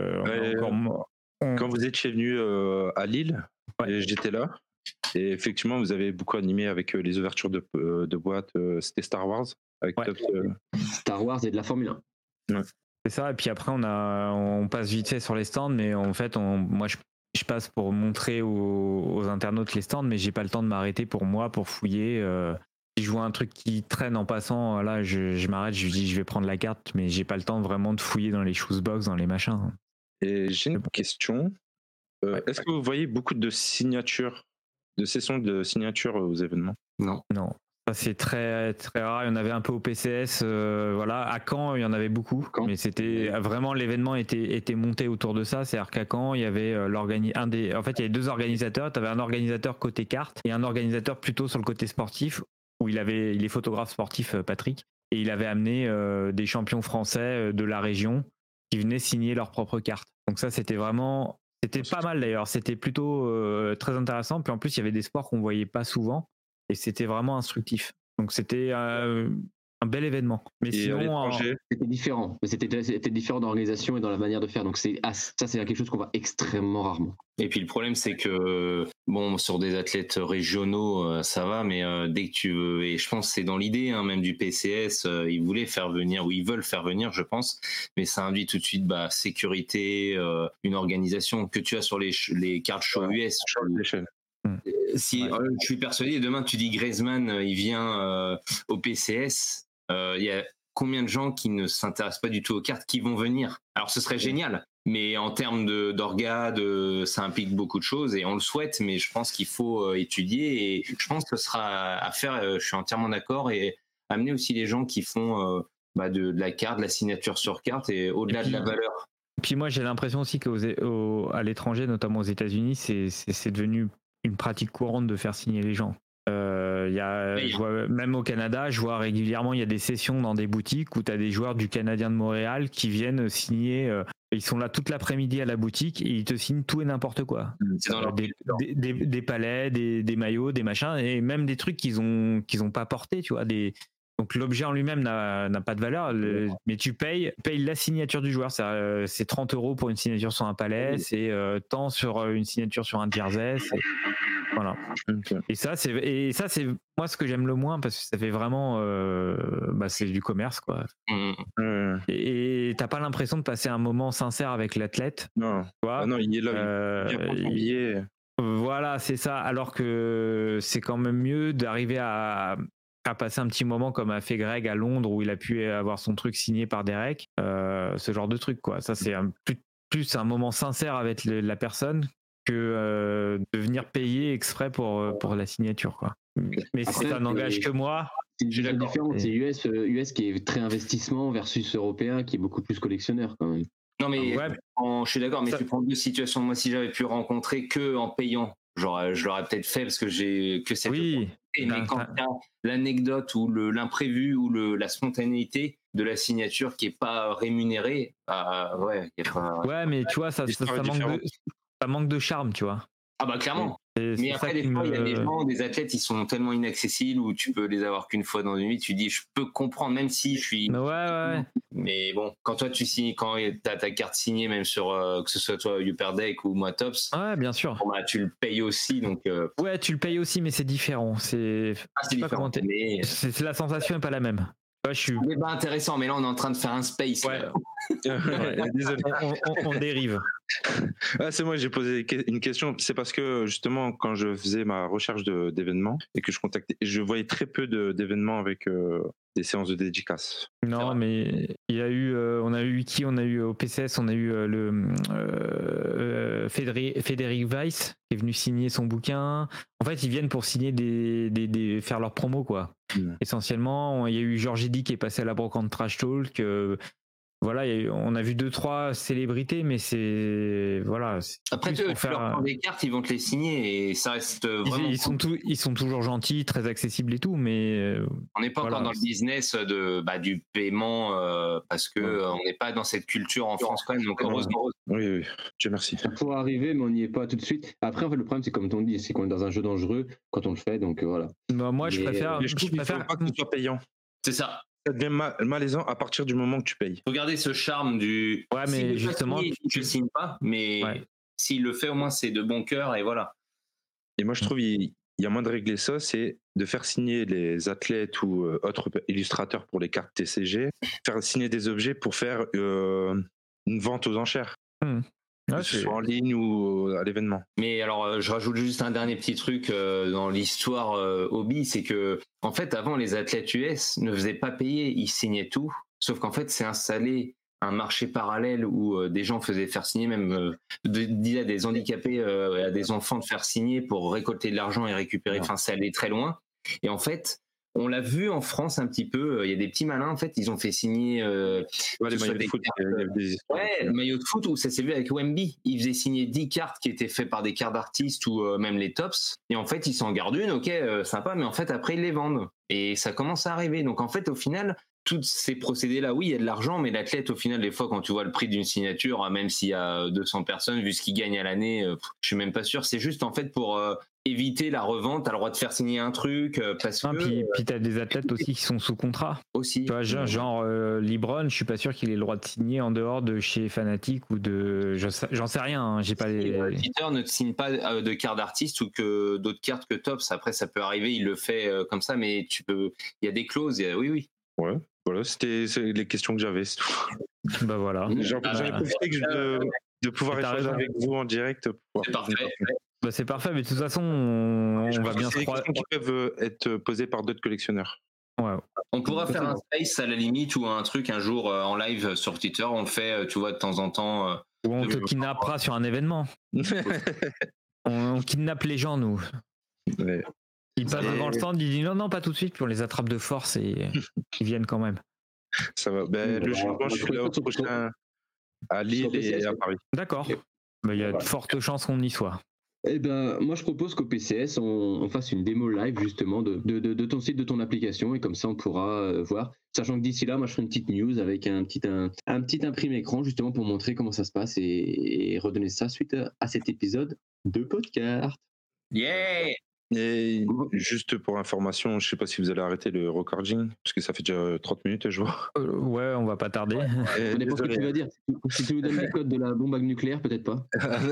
quand vous étiez venu à Lille, j'étais là. Et effectivement, vous avez beaucoup animé avec les ouvertures de boîtes. C'était Star Wars avec Star Wars et de la Formule 1. Ouais. C'est ça. Et puis après, on passe vite fait sur les stands, mais en fait, moi, je passe pour montrer aux internautes les stands, mais j'ai pas le temps de m'arrêter pour fouiller. Si je vois un truc qui traîne en passant, là, je m'arrête, je dis je vais prendre la carte, mais j'ai pas le temps vraiment de fouiller dans les shoesbox, dans les machins. Et j'ai une question. Est-ce que vous voyez beaucoup de signatures, de sessions de signatures aux événements ? Non. Ça, c'est très, très rare. Il y en avait un peu au PCS. Voilà. À Caen, il y en avait beaucoup. Mais c'était vraiment, l'événement était monté autour de ça. C'est-à-dire qu'à Caen, il y avait en fait, il y avait deux organisateurs. Tu avais un organisateur côté carte et un organisateur plutôt sur le côté sportif où il est photographe sportif, Patrick. Et il avait amené des champions français de la région qui venaient signer leur propre carte. Donc ça, c'était pas mal d'ailleurs. C'était plutôt très intéressant. Puis en plus, il y avait des sports qu'on voyait pas souvent. Et c'était vraiment instructif. Donc c'était un bel événement. Mais sinon, c'était différent. Mais c'était différent d'organisation et dans la manière de faire. Donc ça, c'est quelque chose qu'on voit extrêmement rarement. Et puis le problème, c'est que sur des athlètes régionaux, ça va, mais dès que tu veux, et je pense que c'est dans l'idée, hein, même du PCS, ils voulaient faire venir, ou ils veulent faire venir, je pense, mais ça induit tout de suite sécurité, une organisation que tu as sur les cartes show US. Si je suis persuadé, demain tu dis Griezmann, il vient au PCS, il y a combien de gens qui ne s'intéressent pas du tout aux cartes qui vont venir? Alors ce serait génial, mais en termes d'orga, ça implique beaucoup de choses et on le souhaite, mais je pense qu'il faut étudier et je pense que ce sera à faire, je suis entièrement d'accord, et amener aussi les gens qui font de la carte, de la signature sur carte et au-delà de la valeur. Puis moi j'ai l'impression aussi qu'à l'étranger, notamment aux États-Unis, c'est devenu une pratique courante de faire signer les gens. Je vois, même au Canada, je vois régulièrement, il y a des sessions dans des boutiques où tu as des joueurs du Canadien de Montréal qui viennent signer. Ils sont là toute l'après-midi à la boutique et ils te signent tout et n'importe quoi. Des palets, des maillots, des machins, et même des trucs qu'ils ont pas portés, tu vois. Donc l'objet en lui-même n'a pas de valeur, mais tu payes la signature du joueur. C'est 30 € pour une signature sur un palais, c'est tant sur une signature sur un jersey. Voilà. Okay. Et ça c'est moi ce que j'aime le moins, parce que ça fait vraiment c'est du commerce, quoi. Et t'as pas l'impression de passer un moment sincère avec l'athlète. Non. Non, il est là. Il est... Voilà, c'est ça. Alors que c'est quand même mieux d'arriver à passer un petit moment comme a fait Greg à Londres, où il a pu avoir son truc signé par Derek, ce genre de truc, quoi. Ça, c'est plus un moment sincère avec la personne que de venir payer exprès pour la signature, quoi. Mais ça n'engage que moi. C'est une Je suis vision d'accord. différente. C'est US qui est très investissement versus européen qui est beaucoup plus collectionneur quand même. Non, mais Ouais. je suis d'accord, mais Ça- tu prends deux situations. Moi, si j'avais pu rencontrer que en payant, genre, je l'aurais peut-être fait parce que j'ai que cette Oui. opportunité. Mais quand il y a l'anecdote ou l'imprévu ou la spontanéité de la signature qui est pas rémunérée, ouais, il y a pas. Ouais, mais tu vois, ça manque de charme, tu vois. Ah bah clairement. C'est Mais ça après, des qui fois, il y a me- des gens, des athlètes, ils sont tellement inaccessibles où tu peux les avoir qu'une fois dans une vie. Tu dis, je peux comprendre, même si je suis. Mais ouais. Mais bon, quand toi tu signes, quand t'as ta carte signée, même sur que ce soit toi Uperdec ou moi Tops, Ouais, bien sûr. bon, bah, tu le payes aussi. Donc, Ouais, tu le payes aussi, mais c'est différent. C'est c'est pas différent. comment Mais c'est la sensation est pas la même. Ouais, je suis. c'est pas intéressant. Mais là, on est en train de faire un space. Ouais. là. Désolé. On dérive. Ah, c'est moi, j'ai posé une question. C'est parce que justement, quand je faisais ma recherche d'événements et que je contactais, je voyais très peu d'événements avec des séances de dédicaces. Non, mais il y a eu, on a eu qui? On a eu au PCS, on a eu Frédéric Weiss qui est venu signer son bouquin. En fait, ils viennent pour signer faire leur promo, quoi. Essentiellement, il y a eu Georges Eddy qui est passé à la brocante Trash Talk. Voilà, on a vu 2-3 célébrités, mais c'est voilà. Après, tu leur prends des cartes, ils vont te les signer et ça reste vraiment. Ils sont toujours gentils, très accessibles et tout, mais on n'est pas encore dans le business du paiement parce que on n'est pas dans cette culture en France quand même. Donc heureusement. Oui, Dieu merci. Ça pourrait arriver, mais on n'y est pas tout de suite. Après, en fait, le problème, c'est comme on dit, c'est qu'on est dans un jeu dangereux quand on le fait, donc voilà. Bah, moi, je préfère. Je préfère pas que ce soit payant. C'est ça. Ça devient malaisant à partir du moment que tu payes. Regardez ce charme du. Ouais, mais justement, tu le signes pas, mais s'il le fait, au moins c'est de bon cœur et voilà. Et moi, je trouve il y a moins de régler ça, c'est de faire signer les athlètes ou autres illustrateurs pour les cartes TCG, faire signer des objets pour faire une vente aux enchères. Que ce soit en ligne ou à l'événement. Mais alors, je rajoute juste un dernier petit truc dans l'histoire hobby, c'est que en fait, avant, les athlètes US ne faisaient pas payer, ils signaient tout. Sauf qu'en fait, c'est installé un marché parallèle où des gens faisaient faire signer, même à des handicapés, à des enfants de faire signer pour récolter de l'argent et récupérer. Enfin, ça allait très loin. Et en fait, on l'a vu en France un petit peu. Il y a des petits malins, en fait, ils ont fait signer les maillots de foot. Le maillot de foot où ça s'est vu avec Wemby. Ils faisaient signer 10 cartes qui étaient faites par des cartes d'artistes ou même les tops. Et en fait, ils s'en gardent une, ok, sympa, mais en fait, après, ils les vendent. Et ça commence à arriver. Donc, en fait, au final, tous ces procédés-là, oui, il y a de l'argent, mais l'athlète, au final, des fois, quand tu vois le prix d'une signature, même s'il y a 200 personnes, vu ce qu'il gagne à l'année, je suis même pas sûr. C'est juste, en fait, pour éviter la revente, t'as le droit de faire signer un truc parce que. Puis t'as des athlètes aussi qui sont sous contrat. Aussi. Tu vois, genre LeBron, je suis pas sûr qu'il ait le droit de signer en dehors de chez Fnatic ou de. J'en sais rien, hein, j'ai pas les. Peter ne signe pas de carte d'artiste ou que d'autres cartes que Tops. Après, ça peut arriver, il le fait comme ça, mais tu peux. Il y a des clauses, oui. Ouais, voilà, c'est les questions que j'avais. Bah voilà. J'en ai profité de pouvoir échanger avec vous en direct. C'est parfait. Bah c'est parfait, mais de toute façon, on va bien se croire. C'est des questions qui peuvent être posées par d'autres collectionneurs. Ouais. On pourra faire un space à la limite ou un truc un jour en live sur Twitter. On le fait, tu vois, de temps en temps. Ou on te kidnappera sur un événement. on kidnappe les gens, nous. Ouais. Ils passent devant le stand, ils disent non, pas tout de suite, puis on les attrape de force et ils viennent quand même. Ça va. Le jugement, je suis là au prochain à Lille et à Paris. D'accord. Il y a de fortes chances qu'on y soit. Eh ben, moi je propose qu'au PCS on fasse une démo live justement de ton site, de ton application, et comme ça on pourra voir. Sachant que d'ici là, moi je ferai une petite news avec un petit imprimé écran justement pour montrer comment ça se passe et redonner ça suite à cet épisode de podcast. Yeah! Et juste pour information, je sais pas si vous allez arrêter le recording, parce que ça fait déjà 30 minutes, je vois. Ouais, on va pas tarder. Ça dépend ce que tu vas dire. Si tu nous donnes les codes de la bombe nucléaire, peut-être pas.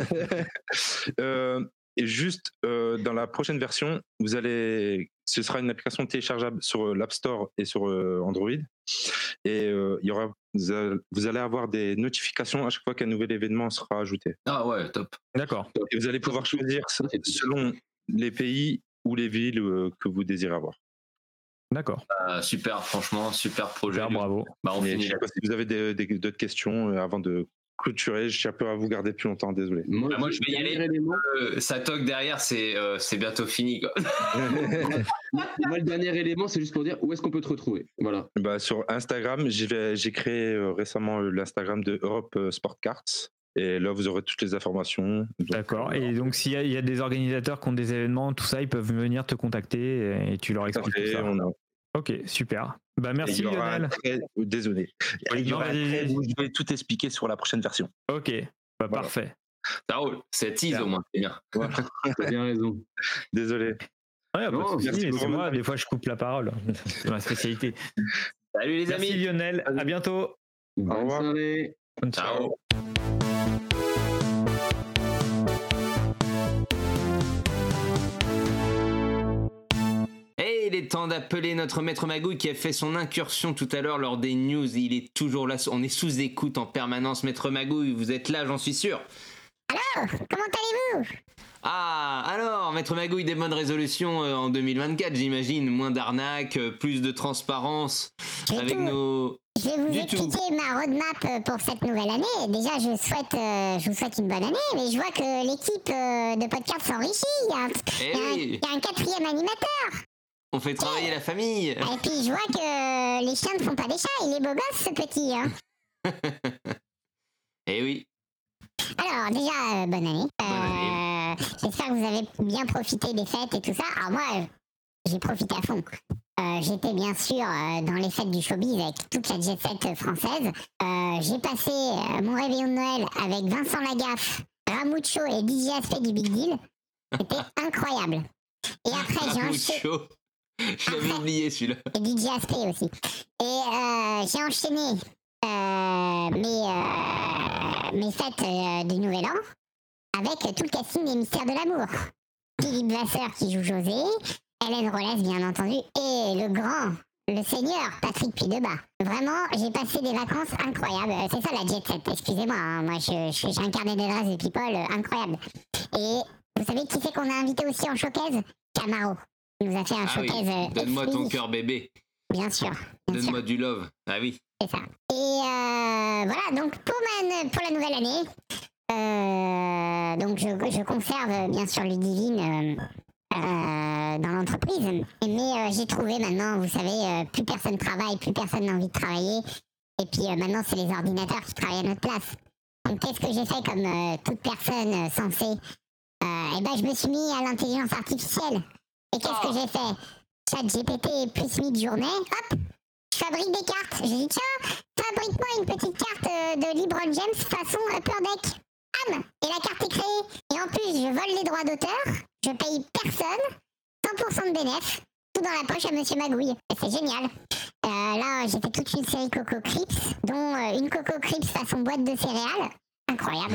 Et juste, dans la prochaine version, ce sera une application téléchargeable sur l'App Store et sur Android. Et vous allez avoir des notifications à chaque fois qu'un nouvel événement sera ajouté. Ah ouais, top. D'accord. Et vous allez pouvoir choisir selon les pays ou les villes que vous désirez avoir. D'accord. Super, franchement, super projet. Super, bravo. On je finit sais pas si vous avez d'autres questions avant de clôturer. J'ai un peu à vous garder plus longtemps, désolé. Moi, je vais y aller. Élément, Ça toque derrière, c'est bientôt fini, quoi. moi, le dernier élément, c'est juste pour dire où est-ce qu'on peut te retrouver. Voilà. Bah, sur Instagram, j'ai créé récemment l'Instagram de Europe Sport Cards. Et là, vous aurez toutes les informations. Donc, D'accord. Et donc, s'il y a des organisateurs qui ont des événements, tout ça, ils peuvent venir te contacter et tu leur expliques tout ça. Ok, super. Bah, merci Lionel. Désolé. Il y aura un thread où je vais tout expliquer sur la prochaine version. Ok, bah, parfait. Ça roule, c'est tease au moins, c'est bien. Voilà. T'as bien raison. Désolé. Ouais, Non, pas de souci, merci mais beaucoup. c'est moi, des fois je coupe la parole. C'est ma spécialité. Salut les Merci amis. Lionel, à bientôt. Bonne revoir. soirée. Bonne soirée. Ciao. Et il est temps d'appeler notre maître Magouille qui a fait son incursion tout à l'heure lors des news. Il est toujours là, on est sous écoute en permanence. Maître Magouille, vous êtes là, j'en suis sûr. Alors, comment allez-vous? Ah, alors, Maître Magouille, des bonnes résolutions en 2024, j'imagine. Moins d'arnaques, plus de transparence avec nos... Je vais vous expliquer ma roadmap pour cette nouvelle année. Déjà, je vous souhaite une bonne année, mais je vois que l'équipe de podcast s'enrichit. Il y a un quatrième animateur. On fait travailler la famille. Et puis, je vois que les chiens ne font pas des chats. Il est beau gosse, ce petit. Hein. Eh oui. Alors, déjà, bonne année. J'espère que vous avez bien profité des fêtes et tout ça. Alors moi, j'ai profité à fond. J'étais bien sûr dans les fêtes du showbiz avec toute la jet set française. J'ai passé mon réveillon de Noël avec Vincent Lagaffe, Ramucho et DJ Aspect du Big Deal. C'était incroyable. Et après, j'ai enchaîné... Je l'avais oublié celui-là. Et DJ Aspect aussi. Et j'ai enchaîné mes fêtes du Nouvel An avec tout le casting des Mystères de l'amour. Philippe Vasseur qui joue José, Hélène Rollès bien entendu, et le seigneur Patrick Puydebas. Vraiment, j'ai passé des vacances incroyables. C'est ça la jet set, excusez-moi. Hein. Moi, j'ai incarné des races de people incroyables. Et vous savez qui c'est qu'on a invité aussi en showcase? Camaro. Il nous a fait un showcase. Oui. Donne-moi ton cœur bébé. Bien sûr. Donne-moi du love. Ah oui. C'est ça. Et voilà, donc pour la nouvelle année, donc je conserve bien sûr Ludivine dans l'entreprise, mais j'ai trouvé maintenant, vous savez, plus personne travaille, plus personne n'a envie de travailler, et puis maintenant c'est les ordinateurs qui travaillent à notre place. Donc qu'est-ce que j'ai fait comme toute personne sensée? Eh ben je me suis mis à l'intelligence artificielle. Et qu'est-ce que j'ai fait? ChatGPT plus mid-journée, hop, je fabrique des cartes. J'ai dit tiens, fabrique-moi une petite carte de LeBron James façon Upper Deck. Bam! Et la carte est créée. Et en plus, je vole les droits d'auteur, je paye personne, 100% de bénéf, tout dans la poche à Monsieur Magouille. Et c'est génial. Là, j'ai fait toute une série Coco Crips, dont une Coco Crips façon boîte de céréales. Incroyable.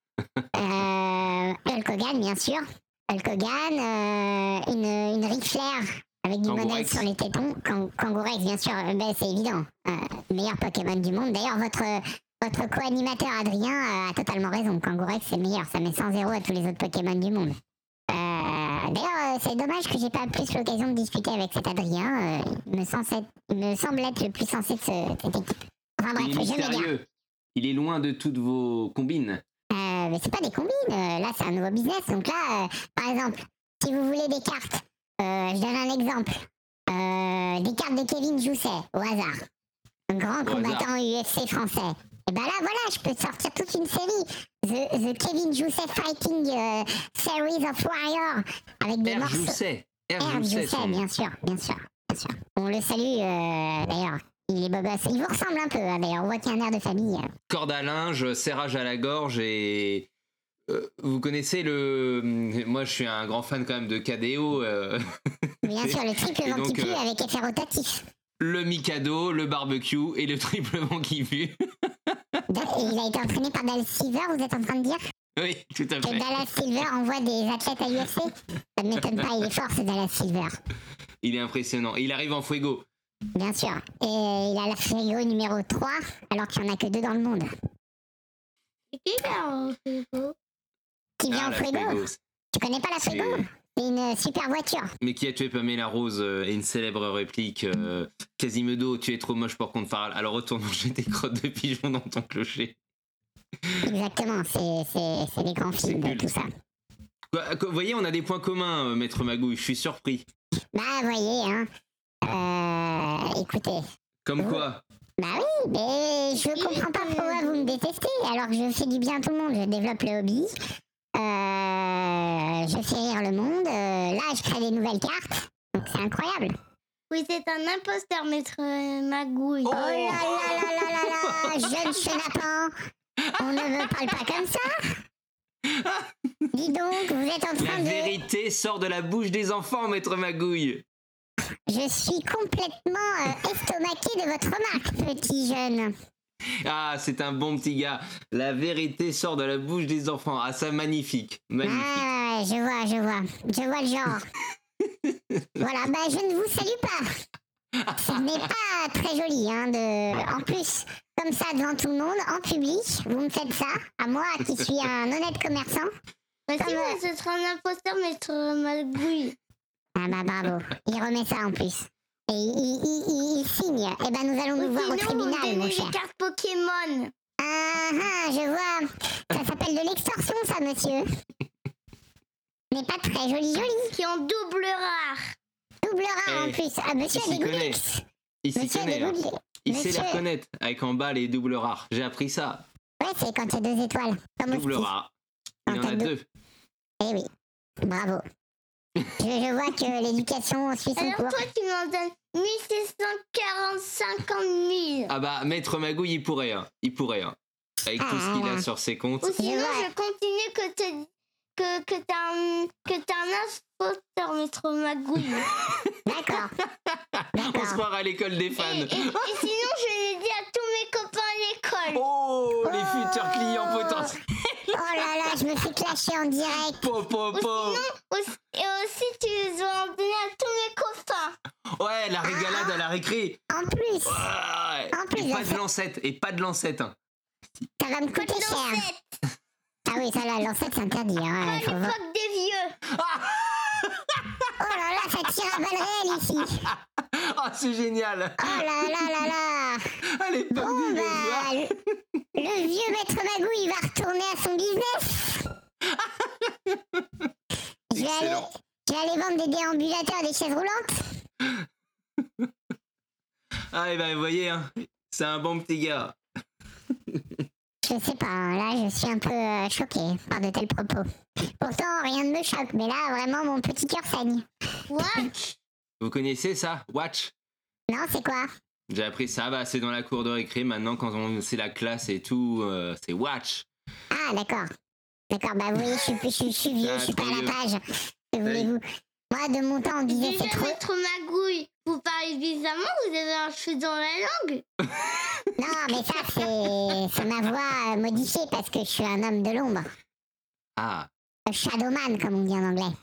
Hulk Hogan, bien sûr. Hulk Hogan, une Ric Flair avec du modèle sur les tétons. Kangourex, bien sûr, c'est évident. Meilleur Pokémon du monde. D'ailleurs, votre co-animateur Adrien a totalement raison. Kangourex, c'est le meilleur. Ça met 100 0 à tous les autres Pokémon du monde. D'ailleurs, c'est dommage que j'ai pas plus l'occasion de discuter avec cet Adrien. Il me semble être le plus sensé de cette équipe. Enfin bref, je m'égare. Il est loin de toutes vos combines. Mais c'est pas des combines, là c'est un nouveau business. Donc là, par exemple, si vous voulez des cartes, je donne un exemple. Des cartes de Kevin Jousset, au hasard. Un grand combattant UFC français. Et ben là, voilà, je peux sortir toute une série. The Kevin Jousset Fighting Series of Warrior. Avec des morceaux. R. Jousset, bien sûr. On le salue, d'ailleurs. Il est beau gosse. Il vous ressemble un peu, hein, d'ailleurs. On voit qu'il y a un air de famille. Corde à linge, serrage à la gorge et... vous connaissez le... Moi, je suis un grand fan quand même de KDO. Bien sûr, le triple vent qui pue avec effet rotatif. Le Mikado, le barbecue et le triple vent qui pue. Il a été entraîné par Dallas Silver, vous êtes en train de dire? Oui, tout à fait. Que Dallas Silver envoie des athlètes à l'UFC? Ça ne m'étonne pas, il est fort, ce Dallas Silver. Il est impressionnant. Il arrive en fuego. Bien sûr. Et il a la fuego numéro 3, alors qu'il n'y en a que 2 dans le monde. Qui vient en fuego? Qui vient en fuego? Tu connais pas la fuego? C'est une super voiture. Mais qui a tué Pamela Rose et une célèbre réplique Quasimodo, tu es trop moche pour qu'on te parle. Alors retourne manger tes crottes de pigeon dans ton clocher. Exactement, c'est des grands films, culte. tout ça. Vous voyez, on a des points communs, Maître Magouille, je suis surpris. Bah, voyez, hein. Écoutez. Comme quoi? Bah oui, mais je comprends pas pourquoi vous me détestez, alors que je fais du bien à tout le monde. Je développe le hobby, je fais rire le monde, là je crée des nouvelles cartes, donc c'est incroyable. Oui, c'est un imposteur, Maître Magouille. Oh là là là là là là, jeune chenapan, on ne me parle pas comme ça. Dis donc, vous êtes en train La vérité sort de la bouche des enfants, Maître Magouille. Je suis complètement estomaqué de votre remarque, petit jeune. Ah, c'est un bon petit gars. La vérité sort de la bouche des enfants. Ah, ça, magnifique. Magnifique. Ah, je vois le genre. Voilà, bah je ne vous salue pas. Ce n'est pas très joli, hein, en plus, comme ça, devant tout le monde, en public, vous me faites ça, à moi qui suis un honnête commerçant. Bah si, vous êtes un imposteur, Maître Magouille. Ah bah bravo, il remet ça en plus. Et il signe. Eh ben nous allons nous voir au tribunal, mon cher. Des cartes Pokémon. Ah, je vois. Ça s'appelle de l'extorsion, ça, monsieur. Mais pas très joli. Qui ont double rare. Double rare en plus. Ah, monsieur a des goodies. Il s'y Monsieur a connaît. des Hein. goodies. Il sait les Monsieur- reconnaître avec en bas les doubles rares. J'ai appris ça. Ouais, c'est quand il y a 2 étoiles. Comme au Double ski. rare. Il y en Quand a t'as 2. Eh oui, bravo. Je vois que l'éducation suit son Alors cours. toi, tu m'en donnes 1645 000. Ah bah, Maître Magouille, il pourrait. Hein. Il pourrait. Hein. Avec tout ce qu'il a sur ses comptes. Ou sinon, vois. je continue que t'es un imposteur, Maître Magouille. D'accord. On se D'accord. croirait à l'école des fans. Et sinon, je l'ai dit à tous mes copains à l'école. Oh, les futurs clients potentiels. Oh là là, je me fais clasher en direct. Po, po, po. Et aussi, tu dois en donner à tous mes copains. Ouais, la régalade à la récré. En plus, Ouais. En plus, Et pas là, de lancette. Et pas de lancette. Hein. ça va me Pas de coûter cher. lancette. Ah oui, ça là, l'ancêtre, c'est interdit. Hein. À Faut voir. l'époque des vieux. Oh là là, ça tire à balles réelles ici. Oh, c'est génial. Oh là là là là. À l'époque Bon, des bah, vieux. le vieux maître Magouille, il va retourner à son business. Je vais aller vendre des déambulateurs et des chaises roulantes. Ah, et ben, vous voyez, hein, c'est un bon petit gars. Je sais pas, hein, là, je suis un peu choquée par de tels propos. Pourtant, rien ne me choque, mais là, vraiment, mon petit cœur saigne. Watch. Vous connaissez ça? Watch? Non, c'est quoi? J'ai appris ça, bah, c'est dans la cour de récré. Maintenant, quand c'est la classe et tout, c'est Watch. Ah, d'accord. D'accord, bah vous voyez, je suis vieux, Ah, je suis pas trop à la vieux. page. Que voulez-vous? Moi, de mon temps, on disait c'est Déjà, trop... Maître Magouille, vous parlez bizarrement, vous avez un cheveu dans la langue. Non, mais ça, c'est ma voix modifiée parce que je suis un homme de l'ombre. Ah, Shadowman, comme on dit en anglais.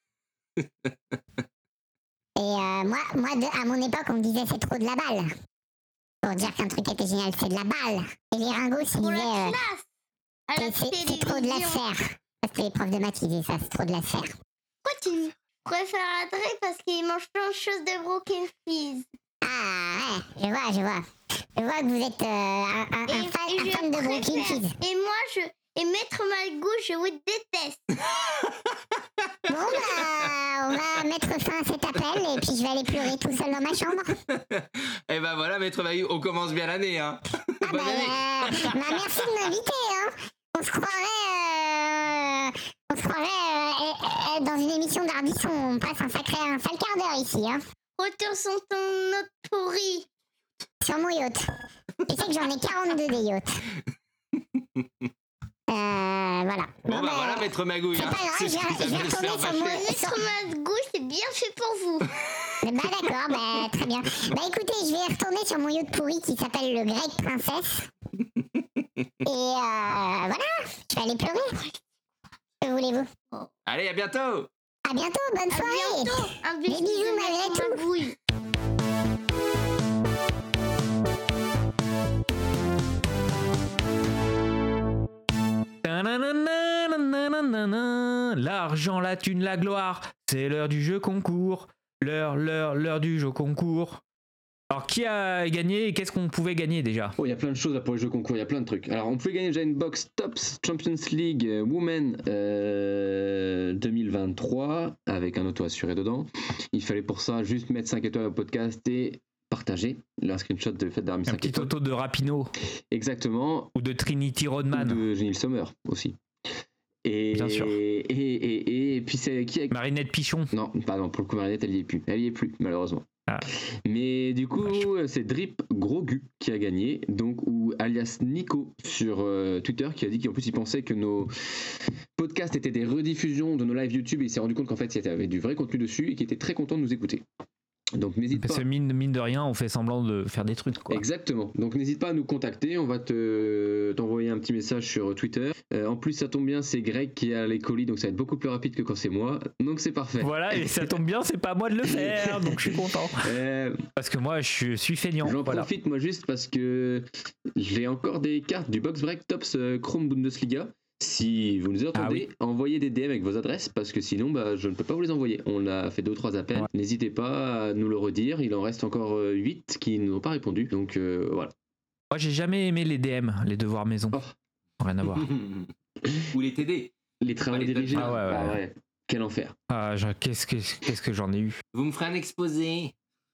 Et moi à mon époque, on me disait c'est trop de la balle. Pour dire qu'un truc était génial, c'est de la balle. Et les ringos, ils Pour disaient la classe. À la c'est trop de la télévision. sphère. Parce que les profs de maths, ils disaient ça, c'est trop de la sphère. Pourquoi tu préfères Adré parce qu'il mange plein de choses de Broken Fizz. Ah, ouais, je vois. Je vois que vous êtes un fan de Brooklyn Fizz. Et moi, et Maître Magouille, je vous déteste. Bon, bah, on va mettre fin à cet appel et puis je vais aller pleurer tout seul dans ma chambre. et ben voilà, Maître Magouille, on commence bien l'année, hein. Ah Bonne année. merci de m'inviter, hein. On se croirait dans une émission d'Ardisson. On passe un sale quart d'heure ici, hein. Retour sur ton note pourrie. Sur mon yacht. Tu sais que j'en ai 42 des yachts. Voilà. Bon, bah voilà, Maître Magouille. c'est hein. pas grave, C'est ce je qui vais s'appelle se faire retourner sur bâcher. Maître Magouille, c'est bien fait pour vous. Bah d'accord, bah très bien. Bah écoutez, je vais retourner sur mon yacht pourri qui s'appelle le Grec Princesse. Et voilà, je vais aller pleurer. Que voulez-vous? Allez, à bientôt. À bientôt, bonne À soirée. bientôt. Un bisou Des bisous de malgré Maître tout. Magouille. Ta-na-na-na-na-na-na-na. L'argent, la thune, la gloire, c'est l'heure du jeu concours. L'heure du jeu concours. Alors, qui a gagné et qu'est-ce qu'on pouvait gagner déjà? Oh, il y a plein de choses là pour les jeux concours, il y a plein de trucs. Alors, on pouvait gagner déjà une box Tops Champions League Women 2023 avec un auto assuré dedans. Il fallait pour ça juste mettre 5 étoiles au podcast et partager le screenshot de fait d'avoir mis Un 5 petit étoiles. auto de Rapinoe Exactement. ou de Trinity Ou Rodman. de Genil Sommer aussi. Et, Bien sûr. Et puis c'est qui a... Marinette Pichon. Non, pardon, pour le coup, Marinette, elle y est plus. Elle y est plus, malheureusement. Ah. Mais du coup, c'est Drip Grogu qui a gagné, donc, ou alias Nico sur Twitter, qui a dit qu'en plus il pensait que nos podcasts étaient des rediffusions de nos lives YouTube et il s'est rendu compte qu'en fait il y avait du vrai contenu dessus et qu'il était très content de nous écouter. Donc n'hésite Parce pas. que mine de rien, on fait semblant de faire des trucs, quoi. Exactement. Donc n'hésite pas à nous contacter. On va t'envoyer un petit message sur Twitter. En plus, ça tombe bien, c'est Greg qui a les colis, donc ça va être beaucoup plus rapide que quand c'est moi. Donc c'est parfait. Voilà, et ça tombe bien, c'est pas à moi de le faire, donc je suis content. Euh, Parce que moi, je suis feignant. J'en Voilà. profite moi juste parce que j'ai encore des cartes du Box Break Tops Chrome Bundesliga. Si vous nous entendez, envoyez des DM avec vos adresses parce que sinon je ne peux pas vous les envoyer. On a fait 2 ou 3 appels. Ouais. N'hésitez pas à nous le redire. Il en reste encore 8 qui n'ont pas répondu. Donc voilà. Moi, j'ai jamais aimé les DM, les devoirs maison. Oh. Rien à voir. Ou les TD. Les travaux les dirigés. Ah ouais. Quel enfer. Ah, qu'est-ce que j'en ai eu. Vous me ferez un exposé.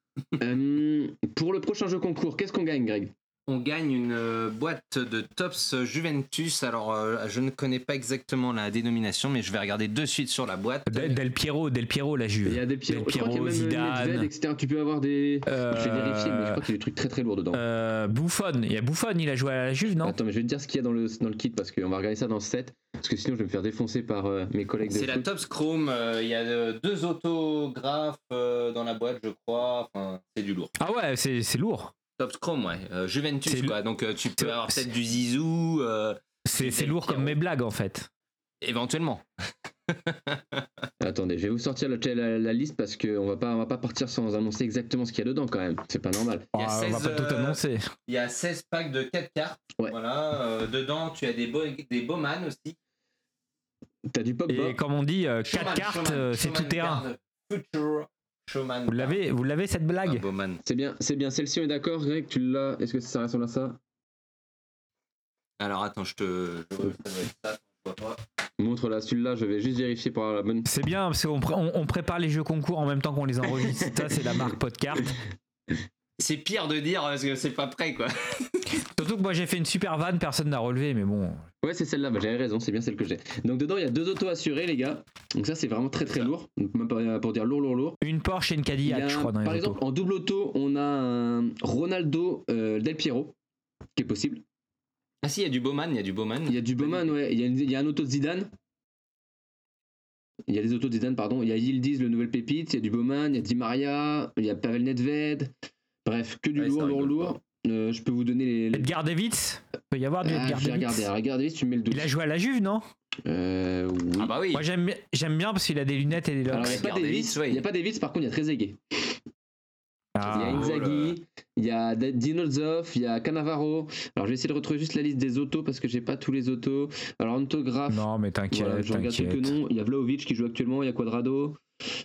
Pour le prochain jeu concours, qu'est-ce qu'on gagne, Greg? On gagne une boîte de Tops Juventus. Alors, je ne connais pas exactement la dénomination, mais je vais regarder de suite sur la boîte. Del Piero, la Juve. Il y a des Piero, je crois qu'il y a même Zidane. Nedved, etc. Tu peux avoir des. Je vais vérifier, mais je crois qu'il y a des trucs très très lourds dedans. Buffon, il y a Buffon, il a joué à la Juve, non? Attends, mais je vais te dire ce qu'il y a dans le kit parce qu'on va regarder ça dans le set. Parce que sinon, je vais me faire défoncer par mes collègues de C'est la foot. Tops Chrome. Il y a 2 autographes dans la boîte, je crois. Enfin, c'est du lourd. Ah ouais, c'est lourd. Tops Chrome, ouais. Juventus, C'est quoi. Donc, tu peux c'est- avoir peut-être du Zizou. C'est Del lourd comme Piero. mes blagues, en fait. Éventuellement. Attendez, je vais vous sortir la liste parce qu'on va pas partir sans annoncer exactement ce qu'il y a dedans quand même. C'est pas normal. Il y a Ah, on va 16, pas tout annoncer. Il y a 16 packs de 4 cartes. Ouais. Voilà. Dedans, tu as des Bowman aussi. T'as du Pogba. Et comme on dit, 4 Showman, cartes, c'est tout terrain. card, Future Showman. Vous l'avez cette blague? Bowman. C'est bien. Celle-ci, on est d'accord, Greg? Tu l'as? Est-ce que ça ressemble à ça? Alors, attends, ça doit être ça, je vois pas. Montre-la, celui-là, je vais juste vérifier pour avoir la bonne. C'est bien parce qu'on on prépare les jeux concours en même temps qu'on les enregistre. Ça, c'est la marque Podcart. C'est pire de dire parce que c'est pas prêt, quoi. Surtout que moi j'ai fait une super vanne, personne n'a relevé, mais bon. Ouais, c'est celle-là, j'avais raison, c'est bien celle que j'ai. Donc dedans, il y a 2 autos assurés, les gars. Donc ça, c'est vraiment très très lourd. Donc, même pas pour dire lourd. Une Porsche et une Il y Cadillac, a je crois, dans les par autos. exemple, en double auto, on a un Ronaldo Del Piero, qui est possible. Ah si, il y a du Bowman. Il y a du Bowman, ouais. Il y a un auto de Zidane. Il y a des autos de Zidane, pardon. Il y a Yildiz, le nouvel pépite. Il y a du Bowman, il y a Di Maria, il y a Pavel Nedved. Bref, que du Ouais, ça rigole lourd. Je peux vous donner les. Edgar Davids, il peut y avoir du Edgar je vais Davids. regarder. Regardez, tu me mets le doute. Il a joué à la Juve, non? Oui. Ah bah oui. Moi j'aime bien parce qu'il a des lunettes et des Alors, locks. il n'y a pas Edgar Davids, Davids, ouais. il n'y a pas Davids, par contre, il y a Trezeguet. Il y a Ah. Inzaghi, il y a Dinozov, il y a Cannavaro. Alors je vais essayer de retrouver juste la liste des autos parce que j'ai pas tous les autos. Alors autographe, Non, mais t'inquiète, voilà, je regarde quelques t'inquiète. noms. Il y a Vlahovic qui joue actuellement, il y a Quadrado.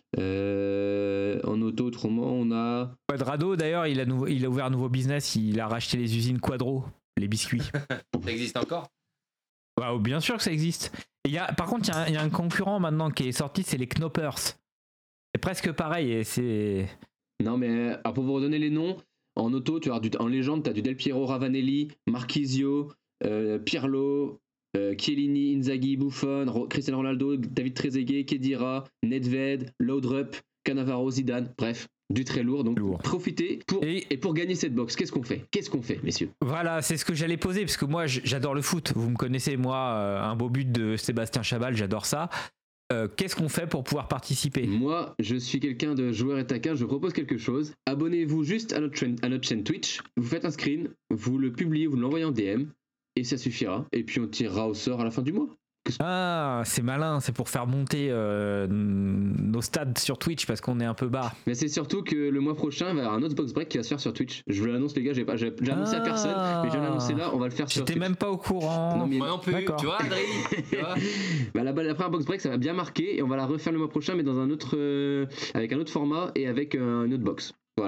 En auto, autrement, on a. Quadrado, d'ailleurs, il a ouvert un nouveau business, il a racheté les usines Quadro, les biscuits. Ça existe encore? Bah, bien sûr que ça existe. Et par contre, il y a un concurrent maintenant qui est sorti, c'est les Knoppers. C'est presque pareil et c'est. Non, mais alors, pour vous redonner les noms, en auto, tu as en légende, tu as du Del Piero, Ravanelli, Marchisio, Pirlo, Chiellini, Inzaghi, Buffon, Cristiano Ronaldo, David Trezeguet, Khedira, Nedved, Laudrup, Cannavaro, Zidane. Bref, du très lourd. Donc Lourd. profitez. Et pour gagner cette box, qu'est-ce qu'on fait, messieurs? Voilà, c'est ce que j'allais poser, parce que moi, j'adore le foot. Vous me connaissez, moi, un beau but de Sébastien Chabal, j'adore ça. Qu'est-ce qu'on fait pour pouvoir participer? Moi, je suis quelqu'un de joueur et taquin, je propose quelque chose. Abonnez-vous juste à notre chaîne Twitch, vous faites un screen, vous le publiez, vous l'envoyez en DM, et ça suffira. Et puis on tirera au sort à la fin du mois. Ah, c'est malin, c'est pour faire monter nos stats sur Twitch, parce qu'on est un peu bas. Mais c'est surtout que le mois prochain, il va y avoir un autre box break qui va se faire sur Twitch. Je vous l'annonce, les gars, j'ai annoncé à personne, mais je viens d'annoncer là, on va le faire sur J'étais Twitch. même pas au courant. Non, mais- Moi non plus. D'accord. Tu vois, Adrien? Tu vois? Bah, la première box break, ça va bien marquer, et on va la refaire le mois prochain, mais dans un autre, avec un autre format et avec une autre box. Voilà.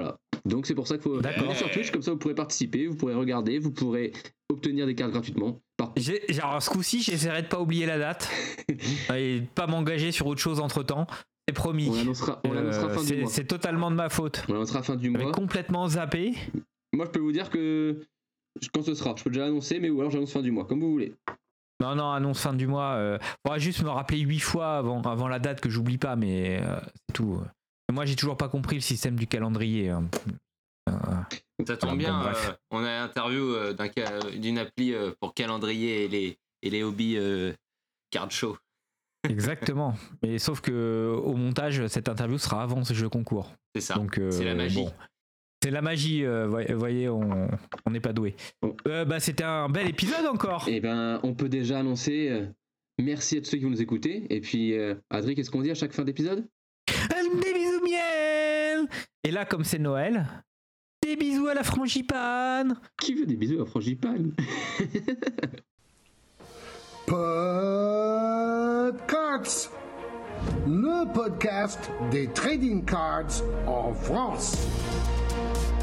Donc c'est pour ça qu'il faut venir sur Twitch, comme ça vous pourrez participer, vous pourrez regarder, vous pourrez obtenir des cartes gratuitement. Alors ce coup-ci, j'essaierai de pas oublier la date et de pas m'engager sur autre chose entre-temps. C'est promis. On l'annoncera fin du mois. C'est totalement de ma faute. On l'annoncera fin du mois. J'avais complètement zappé. Moi je peux vous dire que quand ce sera, je peux déjà l'annoncer, mais ou alors j'annonce fin du mois, comme vous voulez. Non, annonce fin du mois. Faudra juste me rappeler 8 fois avant la date que j'oublie pas, mais c'est tout. Moi, j'ai toujours pas compris le système du calendrier. Ça tombe bien, bref. on a l'interview d'une appli pour calendrier et les hobbies card show. Exactement. Mais sauf que au montage, cette interview sera avant ce jeu concours. C'est ça. Donc, c'est la magie. Bon. C'est la magie, voyez, on n'est pas doué. Bon. C'était un bel épisode encore. Et on peut déjà annoncer merci à tous ceux qui vont nous écouter. Et puis, Adrien, qu'est-ce qu'on dit à chaque fin d'épisode ? Des bisous miel. Et là, comme c'est Noël, des bisous à la frangipane. Qui veut des bisous à la frangipane ? Podcards, le podcast des trading cards en France.